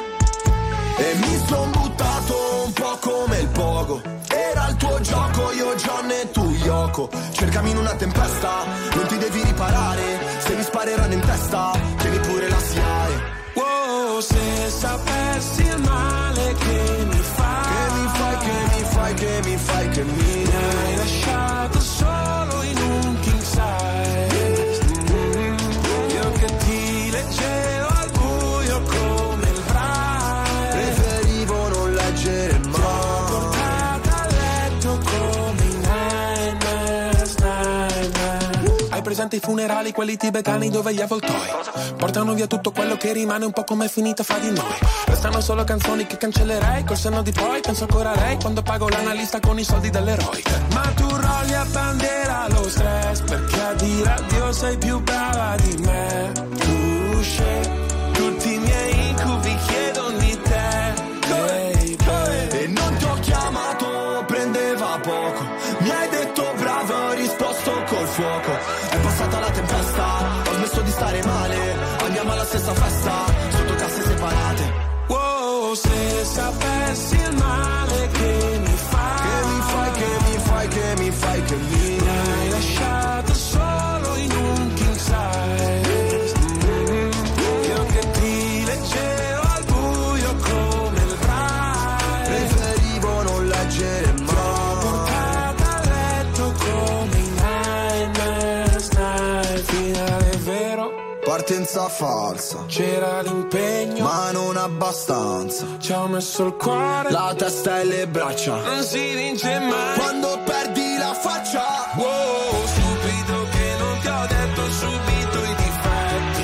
E mi son buttato un po' come il pogo. Era il tuo gioco, io John e tu Yoko. Cercami in una tempesta, non ti devi riparare. Se mi spareranno in testa, tieni pure la S I A E. Wow, se sapessi il male che mi fai, Che mi fai, che mi fai, che mi fai, che mi mi hai lasciato solo in un king size. Io che ti leggevo al buio come il braille, preferivo non leggere mai. portata a letto come i nightmares, nightmares. Hai presente i funerali, quelli tibetani dove gli avvoltoi portano via tutto quello che rimane, un po' come è finita fra di noi. Restano solo canzoni che cancellerei, col senno di poi penso ancora a lei quando pago l'analista con i soldi dell'eroe. Ma tu rolli a bandiera lo stress, perché a dire addio sei più brava di me. Tu scegli tutti i miei incubi, chiedono di te. Hey, baby. E non ti ho chiamato, prendeva poco. Mi hai detto bravo, ho risposto col fuoco. È passata la tempesta, ho smesso di stare male. Andiamo alla stessa festa, sotto casse separate. Wow, se sapessi il male che mi fai, Che mi fai, che mi fai, che mi fai, che mi mi hai lasciato solo in un king size. Io che ti leggevo al buio come il braille, preferivo non leggere mai. portata a letto come i nightmares, night. Finale vero, Partenza falsa, c'era l'impegno, ma non abbastanza. ci ho messo il cuore, La testa e le braccia, non si vince mai. quando perdi la faccia. Wow, stupido che non ti ho detto subito i difetti.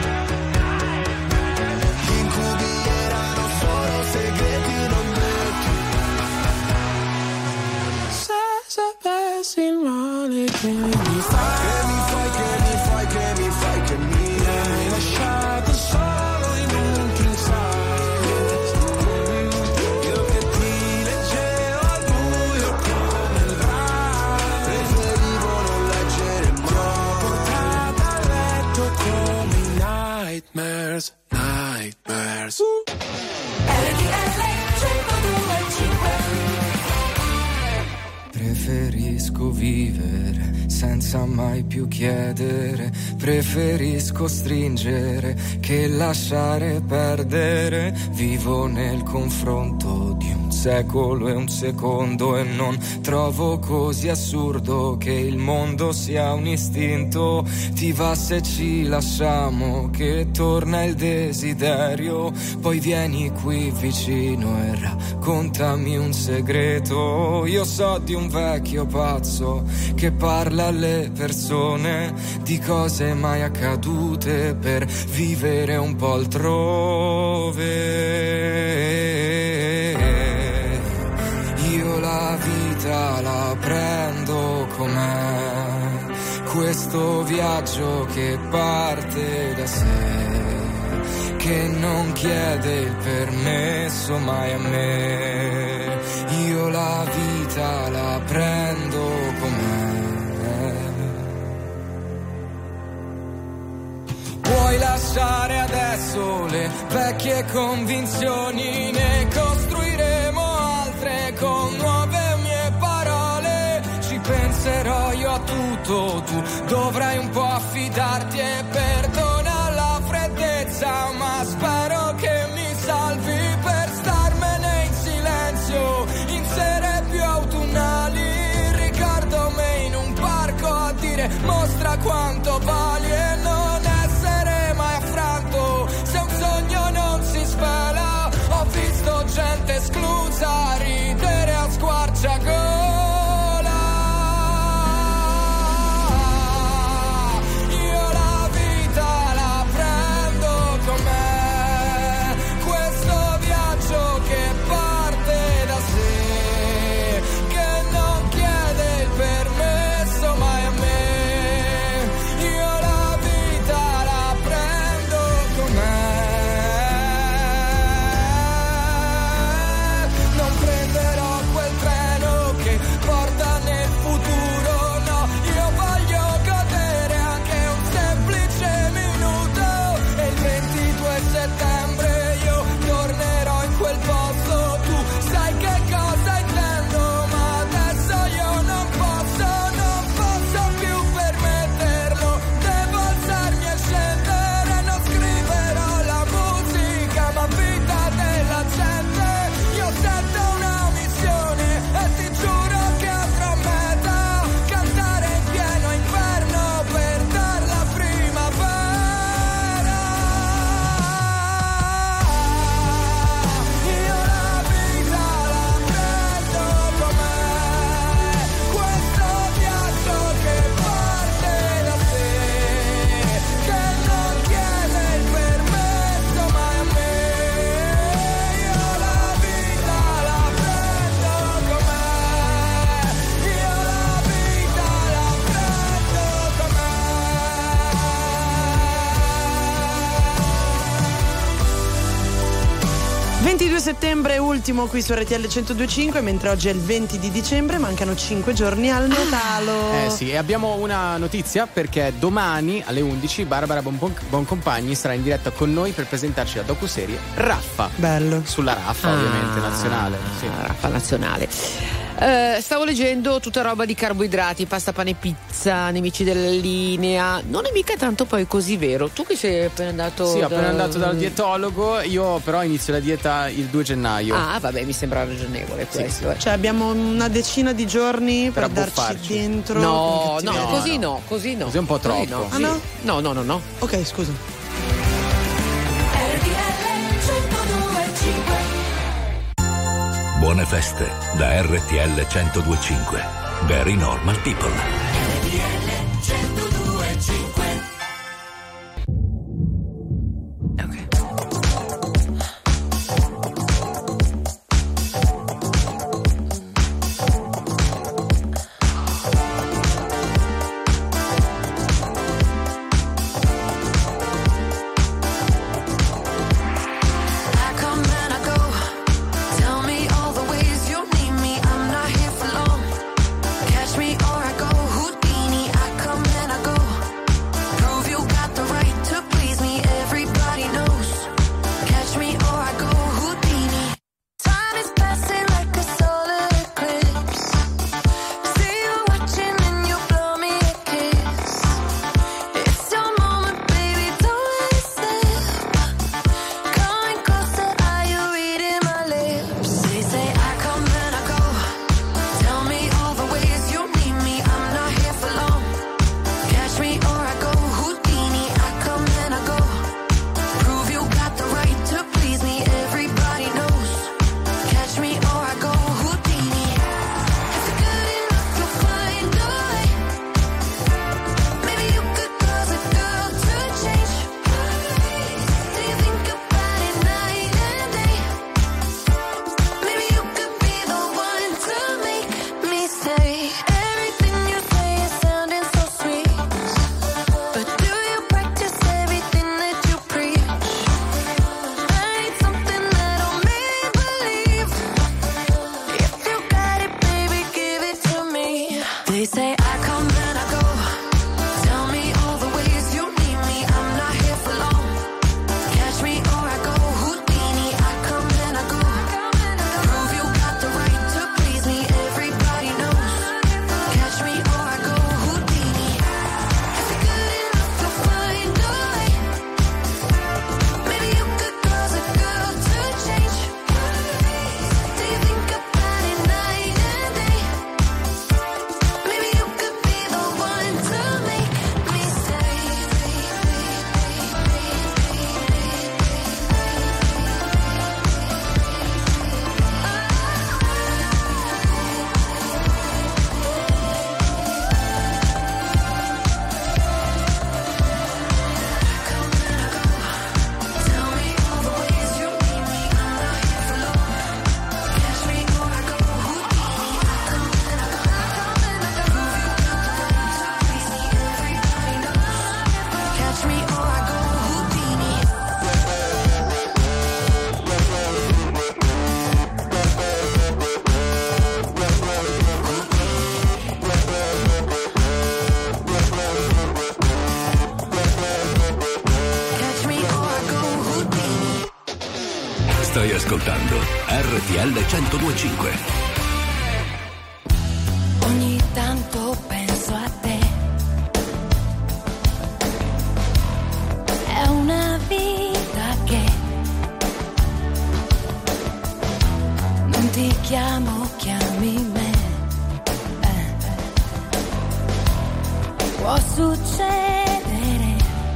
Gli incubi erano solo segreti non detti. Se sapessi il male che mi fai, Che mi fai, che mi fai, che mi fai, che mi hai lasciato solo in un king size. Io che ti leggevo al buio come il braille, preferivo non leggere mai. portata a letto come i nightmares, nightmares. R T L centodue e cinque. Preferisco vivere senza mai più chiedere, preferisco stringere che lasciare perdere. Vivo nel confronto di un secolo e un secondo e non trovo così assurdo che il mondo sia un istinto. Ti va se ci lasciamo, che torna il desiderio, poi vieni qui vicino e raccontami un segreto. Io so di un vecchio pazzo che parla alle persone di cose mai accadute per vivere un po' altrove. Io la vita la prendo com'è, questo viaggio che parte da sé, che non chiede il permesso mai a me. Io la vita la prendo com'è. Puoi lasciare adesso le vecchie convinzioni, ne costruiremo altre con nuove mie parole. Ci penserò io a tutto, tu dovrai un po' affidarti e perdona la freddezza, ma spero che mi salvi per starmene in silenzio in sere più autunnali. Ricordo me in un parco a dire mostra quanto vali e non essere mai affranto se un sogno non si svela. Ho visto gente esclusa ridere a squarciagola. Io la vita la prendo com'è, questo viaggio che parte da sé, che non chiede il permesso mai a me. Io la vita la prendo com'è, non prenderò quel treno che porta nel futuro, no, io voglio godere anche un semplice minuto. E il ventidue settembre io tornerò in quel posto, tu sai che cosa intendo, ma adesso io non posso, non posso più permetterlo. Devo alzarmi e scendere, non scriverò la musica ma vita della gente. Io sento una missione e ti giuro che andrò a meta, cantare in pieno inverno per dar la primavera. Io la vita la prendo com'è, questo viaggio che parte da sé, che non chiede il permesso mai a me. Io la vita la prendo com'è, io la vita la prendo com'è. ventidue settembre ultimo qui su R T L centodue e cinque, mentre oggi è il venti di dicembre, mancano cinque giorni al Natale. Eh sì, e abbiamo una notizia perché domani alle undici Barbara Bonpon- Boncompagni sarà in diretta con noi per presentarci la docuserie Raffa. Bello. Sulla Raffa, Ah, ovviamente, nazionale. Sì. Raffa nazionale. Eh, stavo leggendo tutta roba di carboidrati, pasta, pane, pizza, nemici della linea. Non è mica tanto poi così vero. Tu che sei appena andato Sì, ho da- appena andato dal dietologo, io però inizio la dieta il due gennaio. Ah, vabbè, mi sembra ragionevole questo. eh. Cioè abbiamo una decina di giorni per, Per darci abbuffarci. dentro. No, con no, cattiveria. così no, così no. Così è un po' Così troppo. no. Ah, Sì. no? No, no, no, no. Ok, scusa. Buone feste da R T L centodue e cinque. Very normal people. I come and I go. Tell me all the ways you need me. I'm not here for long. Catch me or I go. Who ascoltando R T L centodue e cinque. Ogni tanto penso a te. È una vita che non ti chiamo, chiami me. Eh. Può succedere,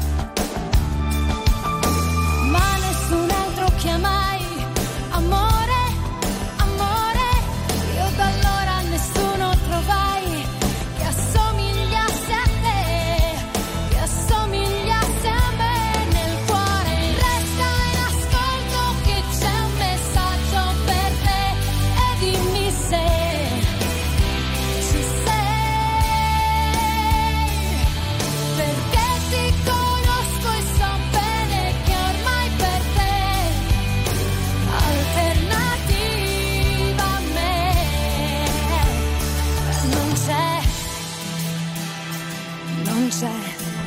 ma nessun altro chiamai. Amore, amore, io da allora nessuno trovai che assomigliasse a te, che assomigliasse a me. Nel cuore resta in ascolto che c'è un messaggio per te, e dimmi se ci sei, perché ti conosco e so bene che ormai per te alternativa a me non c'è, non c'è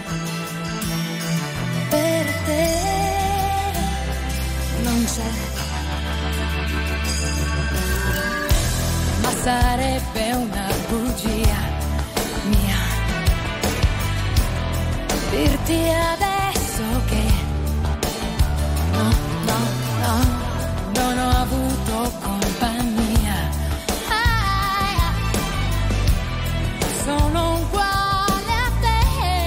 per te, non c'è, ma sarebbe una bugia mia dirti adesso che no, no, no, non ho avuto compagnia. Ah, sono uguale a te.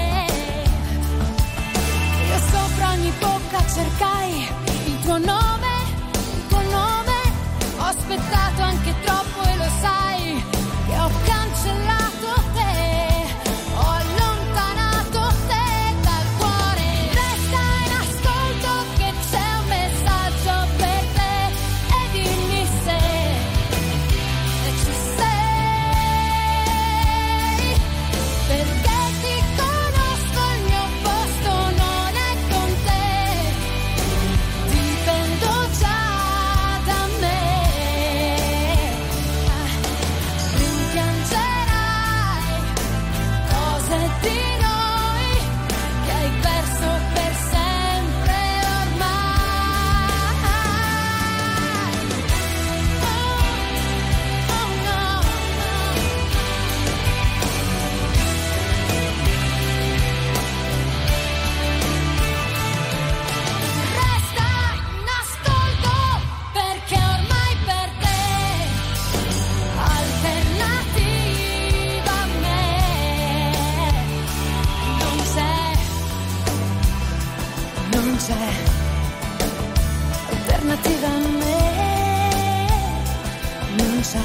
Io sopra ogni bocca cercai il tuo nome, il tuo nome. Ho aspettato anche troppo e lo sai che ho cancellato te, ho allontanato te dal cuore. Resta in ascolto che c'è un messaggio per te, e dimmi se ci sei, perché ti conosco, il mio posto non è con te, dipendo già da me. Rimpiangerai cose di noi che hai perso per sempre ormai. Oh, oh no. Resta in ascolto perché ormai per te alternativa a me non c'è, non c'è alternativa a me, non c'è.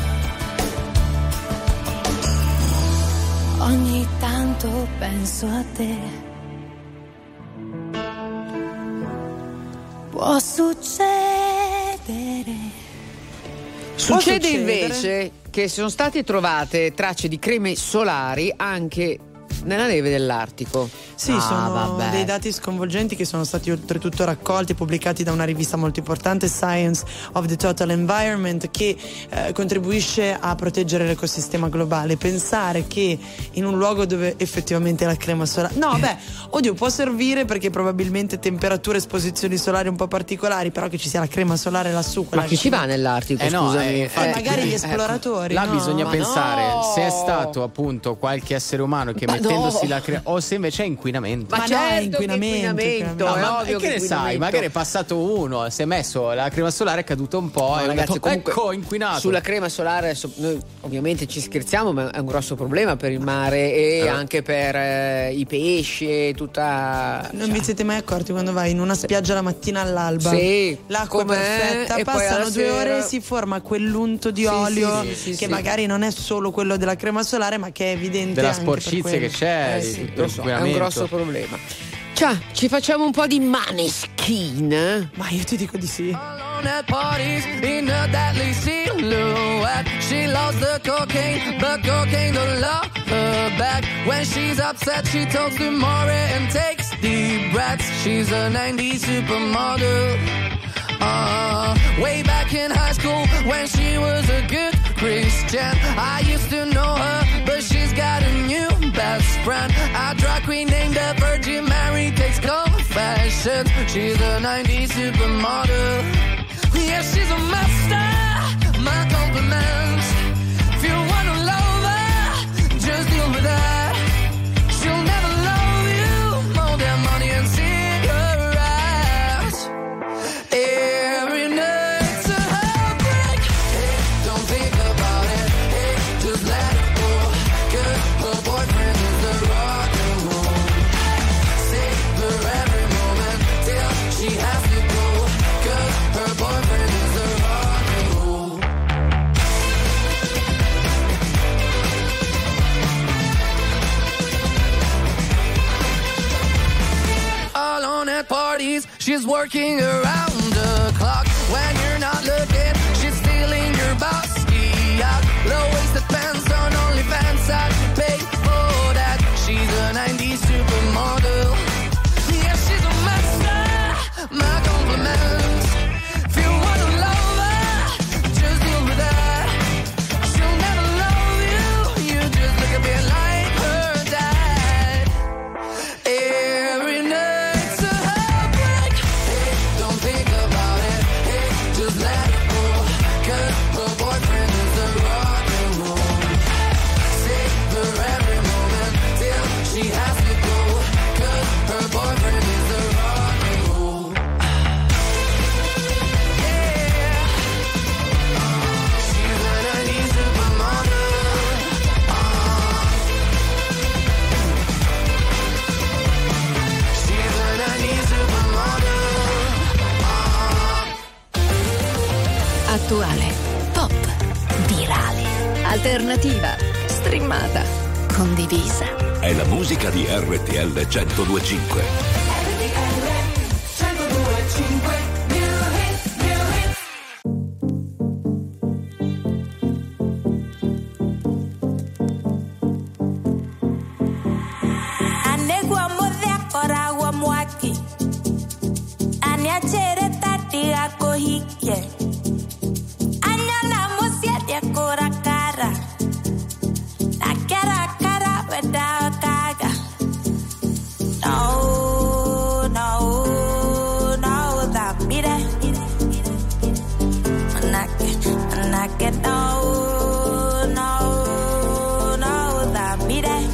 Ogni tanto penso a te. Può succedere. Succede succedere? invece che sono state trovate tracce di creme solari anche nella neve dell'Artico. Sì, Ah, sono vabbè. dei dati sconvolgenti che sono stati oltretutto raccolti e pubblicati da una rivista molto importante, Science of the Total Environment, che eh, contribuisce a proteggere l'ecosistema globale. Pensare che in un luogo dove effettivamente la crema solare, no beh, oddio, può servire perché probabilmente temperature, esposizioni solari un po' particolari, però che ci sia la crema solare lassù, quella Ma chi ci va nell'Artico? Eh no, scusami. eh, infatti- magari gli eh, esploratori, Là no? bisogna Ma pensare no! se è stato appunto qualche essere umano che Ma mettendosi no! la crema, o se invece è inquinamento. Ma, Ma no, certo è che inquinamento, inquinamento, No, è ma ovvio che ne sai, inquinamento. magari è passato uno, si è messo la crema solare, è caduto un po' No, e ha ragazzi, detto, comunque, ecco, inquinato. sulla crema solare adesso, noi ovviamente ci scherziamo, ma è un grosso problema per il mare e Eh. anche per eh, i pesci e tutta. Non vi siete mai accorti quando vai in una spiaggia la mattina all'alba? Sì, l'acqua è com'è, perfetta, e poi passano alla due sera- ore e si forma quell'unto di Sì, olio sì, sì, sì, che sì. magari non è solo quello della crema solare, ma che è evidente della anche sporcizia per quello. che c'è, Eh di- sì, dello lo so, è un inquinamento. grosso problema. Ciao, ci facciamo un po' di Maneskin? Ma io ti dico di sì. Alone at parties in a deadly silhouette. She loves the cocaine, but cocaine don't love her back. When she's upset, she talks to Maury and takes deep breaths. She's a nineties supermodel. Uh, way back in high school when she was a good Christian, I used to know her, but she's got a new best friend, a drag queen named the Virgin Mary, takes confessions. She's a nineties supermodel. Yeah, Yeah, she's a master, my compliments. If you wanna love her, just deal with that. She'll never love you more than money and cigarettes. Every night's a heartbreak. Hey, don't think about it. Hey, just let it go. 'Cause her boyfriend is the rock and roll. Savor every moment till she has to go. 'Cause her boyfriend is the rock and roll. Alone at parties, she's working around the clock. When you're not looking, she's stealing your bossy out. Low-waisted pants on OnlyFans, I can pay for that. She's a nineties supermodel. Yeah, she's a master, my compliments. If you wanna love her, just deal with that. She'll never love you, you just look a bit like her dad. Every night's a heartbreak. Hey, don't think about it. Hey, just let it go. 'Cause her boyfriend is the rock and roll. Savor every moment till she has to go. 'Cause her boyfriend is the rock and roll. Yeah. She's a nineties supermodel. She's a nineties supermodel. Attuale, pop, virale, alternativa, streamata, condivisa. È la musica di R T L centodue e cinque. Anegua modea koragua mwaki. Aniachere tatiga kohike. Anyana musiatia kora cara. Na cara cara weda kaga. No, no, no, that mire. Manake, manake, no, no, no, that mire.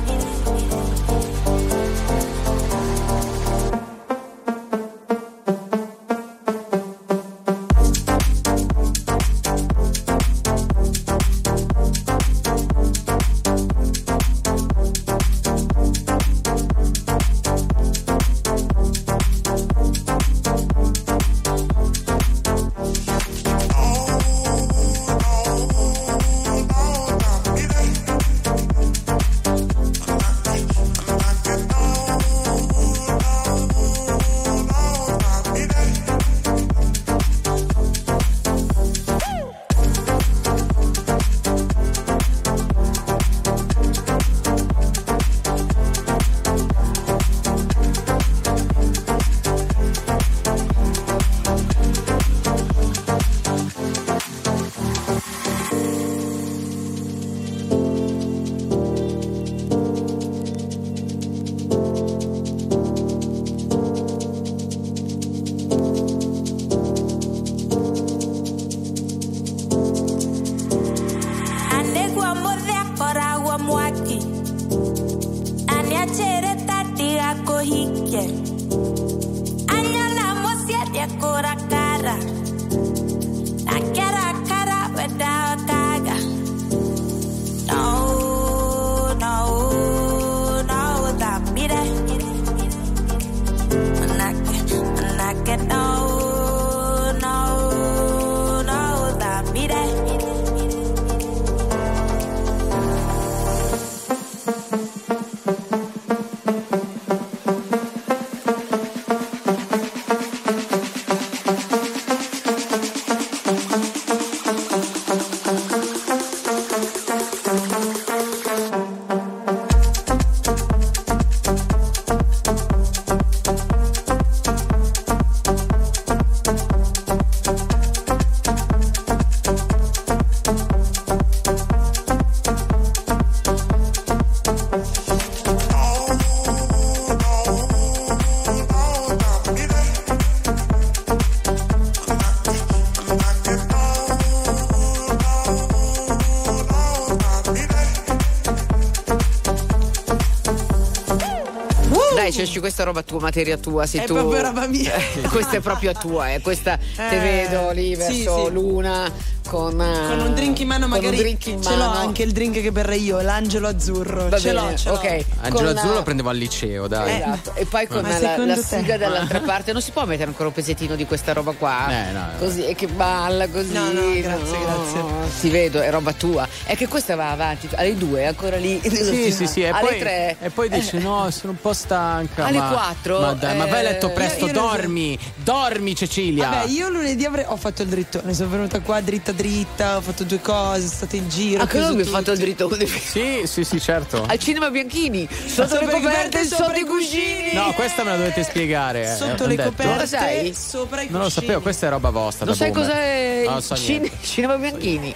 Dai, c'è questa roba tua, materia tua, sei è tu. È proprio roba mia. Eh, questa è proprio tua, eh. Questa eh, te vedo lì verso sì, sì. Luna. Con, con un drink in mano, magari drink in ce mano. l'ho anche il drink che berrei io, l'angelo azzurro. Va ce bene, l'ho, ce ok. l'ho. Angelo Con Azzurro la... lo prendevo al liceo, dai. Esatto. E poi con Ma la, la te? sigla dall'altra parte. Non si può mettere ancora un pezzettino di questa roba qua? Eh, no, così, e che balla così. No, no, grazie, no. grazie. Ti vedo, è roba tua. È che questa va avanti alle due, ancora lì. Sì, sì, sì. E alle poi, tre. E poi dice: eh. no, sono un po' stanca. Alle ma, quattro? Ma, dai, eh, ma vai a letto presto, io- io non so. dormi, dormi, Cecilia. Vabbè, io lunedì avrei, ho fatto il drittone, sono venuta qua dritta dritta, ho fatto due cose, sono stata in giro. Anche noi abbiamo tutti. fatto il dritto. Sì, sì, sì, certo. Al cinema Bianchini, sotto le coperte, sotto i cuscini. No, questa me la dovete spiegare. Sotto eh, le detto. coperte, Lo sai? sopra i cuscini. Non lo sapevo, questa è roba vostra. Non da sai boomer. cos'è Non il so cine- niente. cinema Bianchini?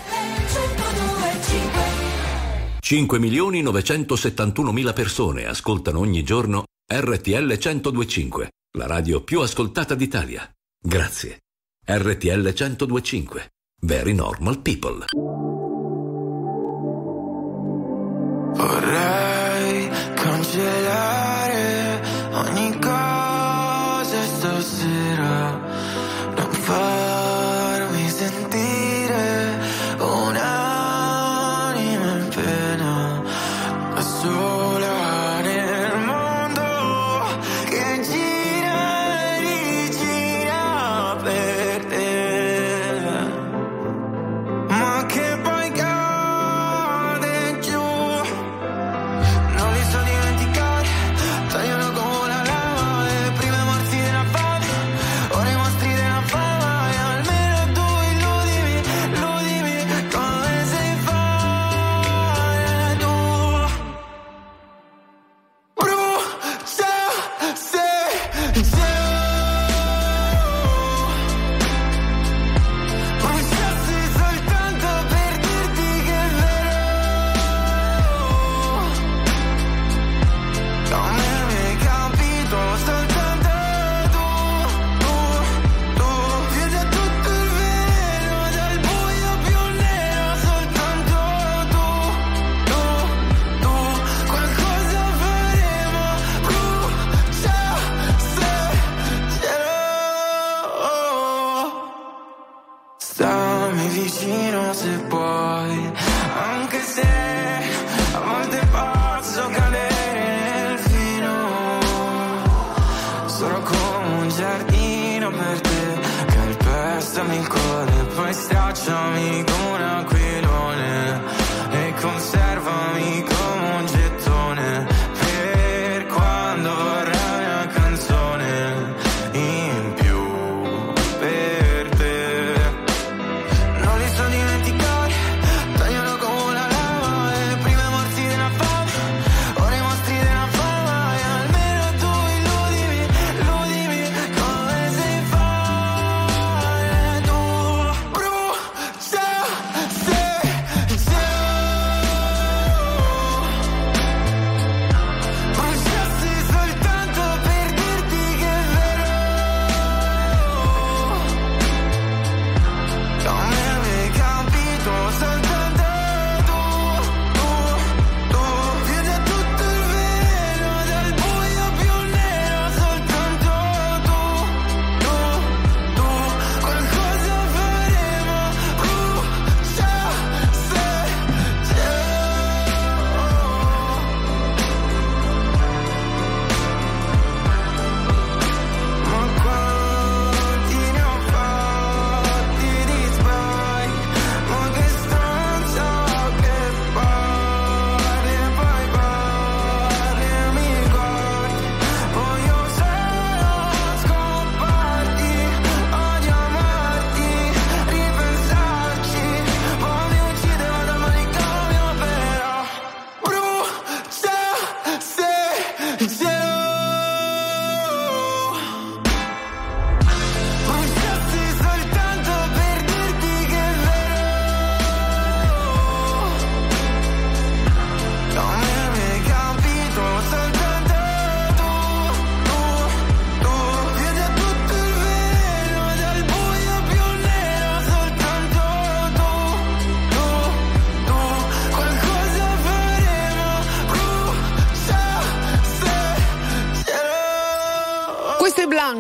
cinque milioni novecentosettantunomila persone ascoltano ogni giorno R T L centodue e cinque, la radio più ascoltata d'Italia. Grazie. R T L centodue e cinque. Very normal people. Vorrei cancellare ogni cosa stasera, non farmi sentire un'anima in pena, da sola nel mondo che gira e rigira per te, ma che poi cade giù. Non li so dimenticare, tagliano come la lava, le prime morti della fame, ora i mostri della fama, e almeno tu illudimi, illudimi come sei fare tu. Brucia se giù, bruciassi soltanto per dirti che è vero. Come mi hai capito soltanto tu, tu, tu. Vieni a tutto il veleno dal buio più nero, soltanto tu, tu, tu. Qualcosa faremo, brucia se cielo. Stammi vicino se puoi, anche se a volte posso cadere nel fino. Sono come un giardino per te, calpestami il cuore, poi stracciami come un aquilone e conservami come un gettone per quando vorrai una canzone in più per te. Non li so dimenticare, tagliano come la lava, le prime morti della fame, ora i mostri della fama, e almeno tu illudimi, illudimi come sei fare tu. Brucia se giù, bruciassi soltanto per dirti che è vero. Come mi hai capito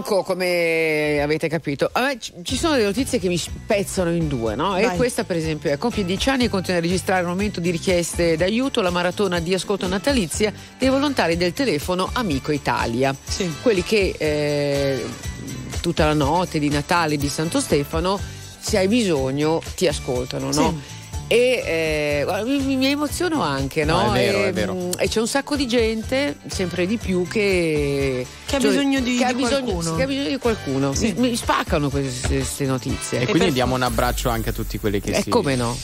Franco, come avete capito, a me ci sono delle notizie che mi spezzano in due, no? E Vai. questa per esempio è: compie dieci anni e continua a registrare un aumento di richieste d'aiuto la maratona di ascolto natalizia dei volontari del telefono Amico Italia. Sì. Quelli che eh, tutta la notte di Natale, di Santo Stefano, se hai bisogno ti ascoltano, no? Sì. E eh, guarda, mi, mi emoziono anche, no? No, è vero, e, è vero. mh, e c'è un sacco di gente, sempre di più, che Che ha cioè, bisogno di- che ha di bisogno- qualcuno. che ha bisogno di qualcuno. Sì. Mi, mi spaccano queste, queste notizie. E quindi diamo un abbraccio anche a tutti quelli che E si... come no?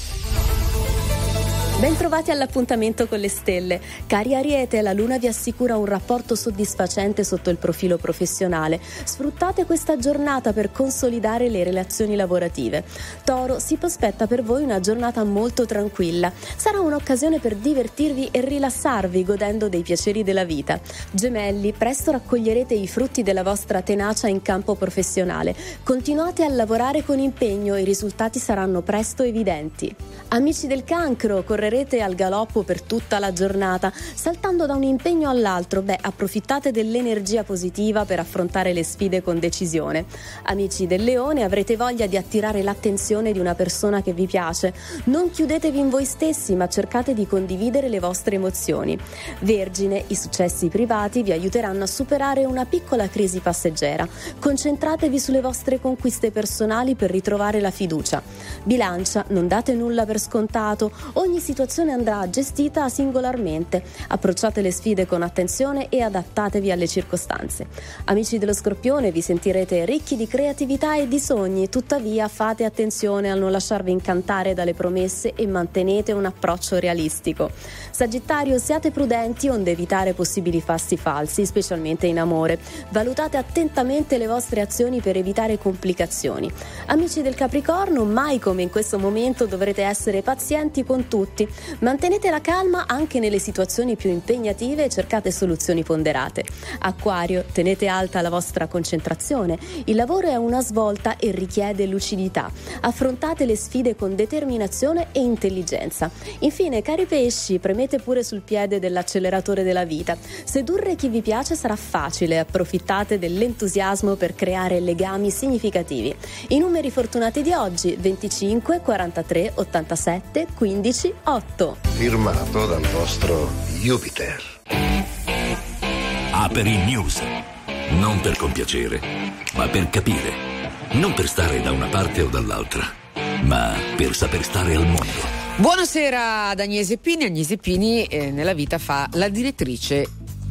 Bentrovati all'appuntamento con le stelle. Cari Ariete, la Luna vi assicura un rapporto soddisfacente sotto il profilo professionale. Sfruttate questa giornata per consolidare le relazioni lavorative. Toro, si prospetta per voi una giornata molto tranquilla. Sarà un'occasione per divertirvi e rilassarvi godendo dei piaceri della vita. Gemelli, presto raccoglierete i frutti della vostra tenacia in campo professionale. Continuate a lavorare con impegno e i risultati saranno presto evidenti. Amici del Cancro, correrete al galoppo per tutta la giornata, saltando da un impegno all'altro. Beh, approfittate dell'energia positiva per affrontare le sfide con decisione. Amici del Leone, avrete voglia di attirare l'attenzione di una persona che vi piace. Non chiudetevi in voi stessi, ma cercate di condividere le vostre emozioni. Vergine, i successi privati vi aiuteranno a superare una piccola crisi passeggera. Concentratevi sulle vostre conquiste personali per ritrovare la fiducia. Bilancia, non date nulla per scontato, ogni situazione andrà gestita singolarmente. Approcciate le sfide con attenzione e adattatevi alle circostanze. Amici dello Scorpione, vi sentirete ricchi di creatività e di sogni, tuttavia fate attenzione a non lasciarvi incantare dalle promesse e mantenete un approccio realistico. Sagittario, siate prudenti onde evitare possibili fasti falsi, specialmente in amore. Valutate attentamente le vostre azioni per evitare complicazioni. Amici del Capricorno, mai come in questo momento dovrete essere pazienti con tutti. Mantenete la calma anche nelle situazioni più impegnative e cercate soluzioni ponderate. Acquario, tenete alta la vostra concentrazione. Il lavoro è una svolta e richiede lucidità. Affrontate le sfide con determinazione e intelligenza. Infine, cari pesci, premete pure sul piede dell'acceleratore della vita. Sedurre chi vi piace sarà facile, approfittate dell'entusiasmo per creare legami significativi. I numeri fortunati di oggi: venticinque, quarantatré, ottantasette, quindici, otto. Firmato dal vostro Jupiter. Aperi News. Non per compiacere, ma per capire. Non per stare da una parte o dall'altra, ma per saper stare al mondo. Buonasera ad Agnese Pini. Agnese Pini eh, nella vita fa la direttrice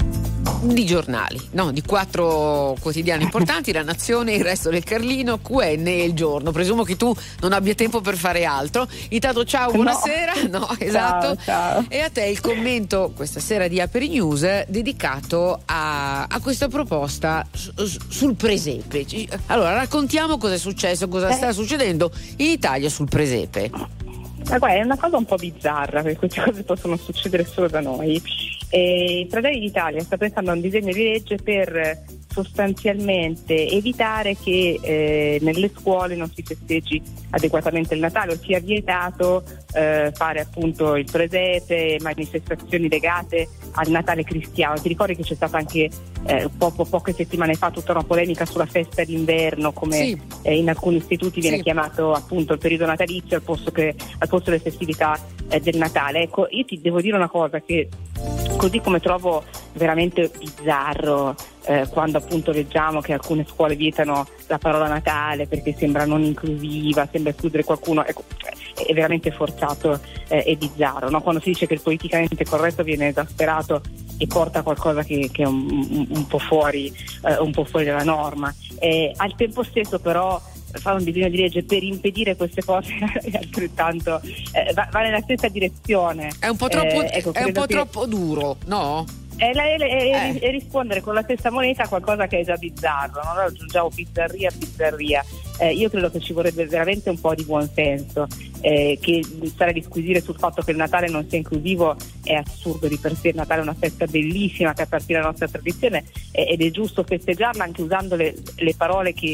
di giornali, no, di quattro quotidiani importanti: La Nazione, Il Resto del Carlino, Q N e Il Giorno. Presumo che tu non abbia tempo per fare altro. Intanto ciao, buonasera. No, no esatto. Ciao, ciao. E a te il commento questa sera di Aperi News dedicato a, a questa proposta su, sul presepe. Allora, raccontiamo cosa è successo, cosa eh. sta succedendo in Italia sul presepe. Ma guarda, è una cosa un po' bizzarra, perché queste cose possono succedere solo da noi. E Fratelli d'Italia sta pensando a un disegno di legge per sostanzialmente evitare che eh, nelle scuole non si festeggi adeguatamente il Natale, o sia vietato eh, fare appunto il presepe, manifestazioni legate al Natale cristiano. Ti ricordi che c'è stata anche eh, poco, poche settimane fa tutta una polemica sulla festa d'inverno, come sì. eh, in alcuni istituti viene sì. chiamato appunto il periodo natalizio al posto, che, al posto delle festività eh, del Natale. Ecco, io ti devo dire una cosa, che così come trovo veramente bizzarro eh, quando appunto leggiamo che alcune scuole vietano la parola Natale perché sembra non inclusiva, sembra escludere qualcuno, ecco, è veramente forzato eh, e bizzarro, no? Quando si dice che il politicamente corretto viene esasperato e porta a qualcosa che, che è un, un, un po' fuori eh, un po' fuori dalla norma. Eh, al tempo stesso però fare un disegno di legge per impedire queste cose è altrettanto eh, va, va nella stessa direzione. È un po' troppo, eh, ecco, è un po' che... troppo duro, no? E, e, e, eh. e rispondere con la stessa moneta a qualcosa che è già bizzarro, non aggiungiamo pizzarria pizzarria. Eh, io credo che ci vorrebbe veramente un po' di buonsenso, eh, che stare a disquisire sul fatto che il Natale non sia inclusivo è assurdo di per sé. Il Natale è una festa bellissima che appartiene alla nostra tradizione eh, ed è giusto festeggiarla anche usando le, le parole che,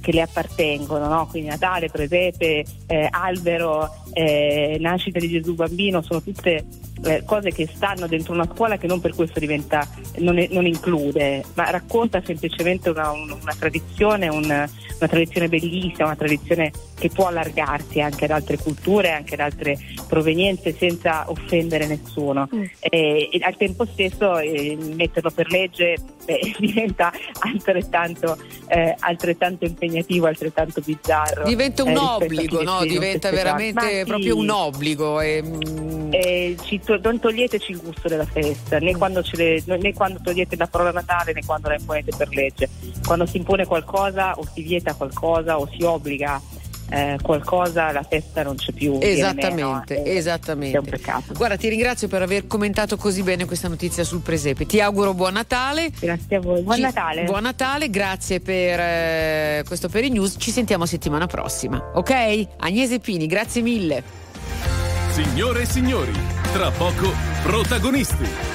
che le appartengono, no? Quindi Natale, presepe, eh, albero, eh, nascita di Gesù bambino, sono tutte eh, cose che stanno dentro una scuola che non per questo diventa, non, è, non include, ma racconta semplicemente una, una tradizione, un, una tradizione bellissima, una tradizione che può allargarsi anche ad altre culture, anche ad altre provenienze senza offendere nessuno. Mm. E, e al tempo stesso eh, metterlo per legge eh, diventa altrettanto, eh, altrettanto impegnativo, altrettanto bizzarro. Diventa un eh, obbligo, no? Diventa veramente sì, proprio un obbligo. E, mm... eh, ci to- non toglieteci il gusto della festa, né quando, ce le, né quando togliete la parola Natale, né quando la imponete per legge. Quando si impone qualcosa o si vieta qualcosa o si obbliga Eh, qualcosa, la festa non c'è più. Esattamente, meno, è, esattamente. È un peccato. Guarda, ti ringrazio per aver commentato così bene questa notizia sul presepe. Ti auguro buon Natale. Grazie a voi. Buon Ci, Natale. Buon Natale, grazie per eh, questo per i news. Ci sentiamo settimana prossima, ok? Agnese Pini, grazie mille. Signore e signori, tra poco protagonisti.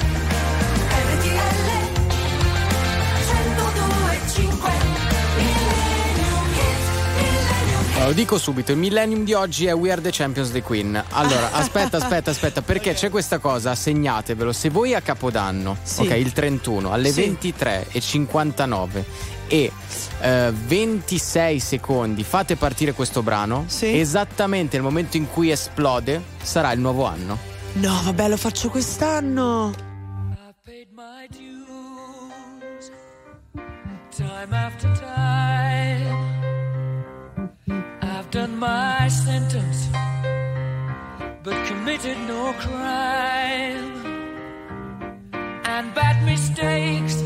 Lo dico subito, il millennium di oggi è We Are the Champions the Queen. Allora, aspetta, aspetta, aspetta, perché c'è questa cosa, segnatevelo. Se voi a Capodanno, sì. ok, il trentuno, alle sì. ventitré e cinquantanove e eh, ventisei secondi fate partire questo brano, sì. esattamente nel momento in cui esplode sarà il nuovo anno. No, vabbè, lo faccio quest'anno. I paid my dues, time after time. I've done my sentence, but committed no crime. And bad mistakes,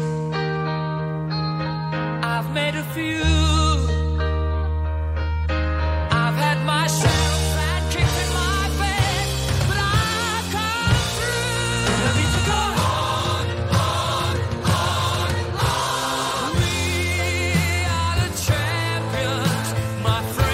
I've made a few. I've had my share of bad kicks in my face, but I've come through. I need to go on, on, on, on. We are the champions, my friends.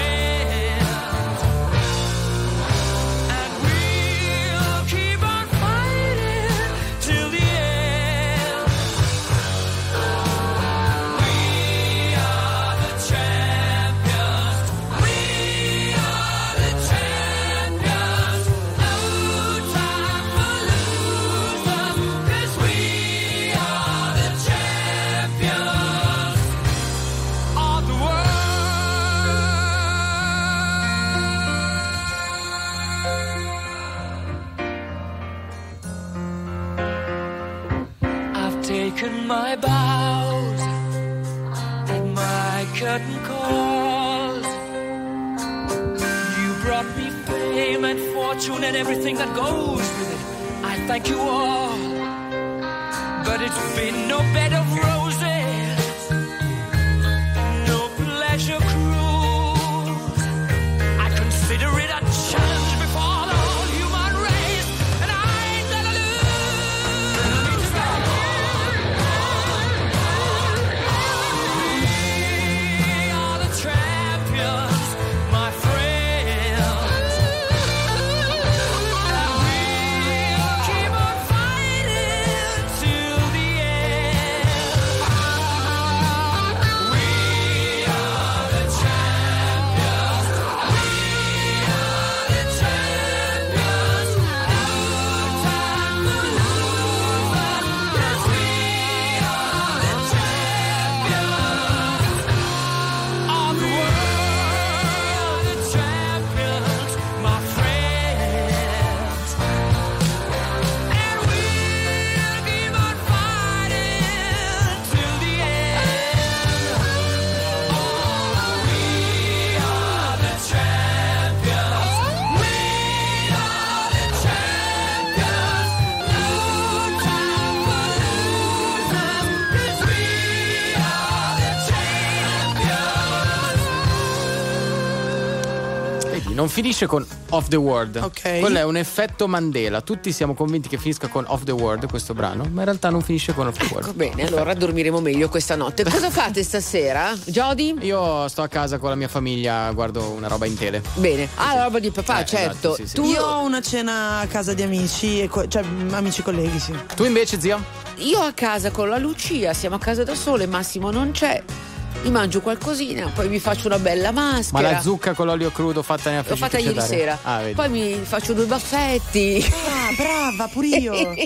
Taken my bows and my curtain calls. You brought me fame and fortune and everything that goes with it. I thank you all, but it's been no bed of roses, no pleasure cruise. I consider it a challenge before the whole human race, and I ain't gonna lose. Non finisce con Off the World. Ok. Quello è un effetto Mandela. Tutti siamo convinti che finisca con Off the World questo brano, ma in realtà non finisce con Off the World. Ecco, bene, allora dormiremo meglio questa notte. Cosa fate stasera, Jody? Io sto a casa con la mia famiglia, guardo una roba in tele. Bene. Ah, sì. la roba di papà, eh, certo. Esatto, sì, sì. Tu... Io ho una cena a casa di amici, e co- cioè amici colleghi, sì. Tu invece, zio? Io a casa con la Lucia, siamo a casa da sole, Massimo non c'è. mi mangio qualcosina, poi mi faccio una bella maschera. Ma la zucca con l'olio crudo fatta nella L'ho fatta ieri sera. Ah, poi mi faccio due baffetti. Ah, brava, pure io.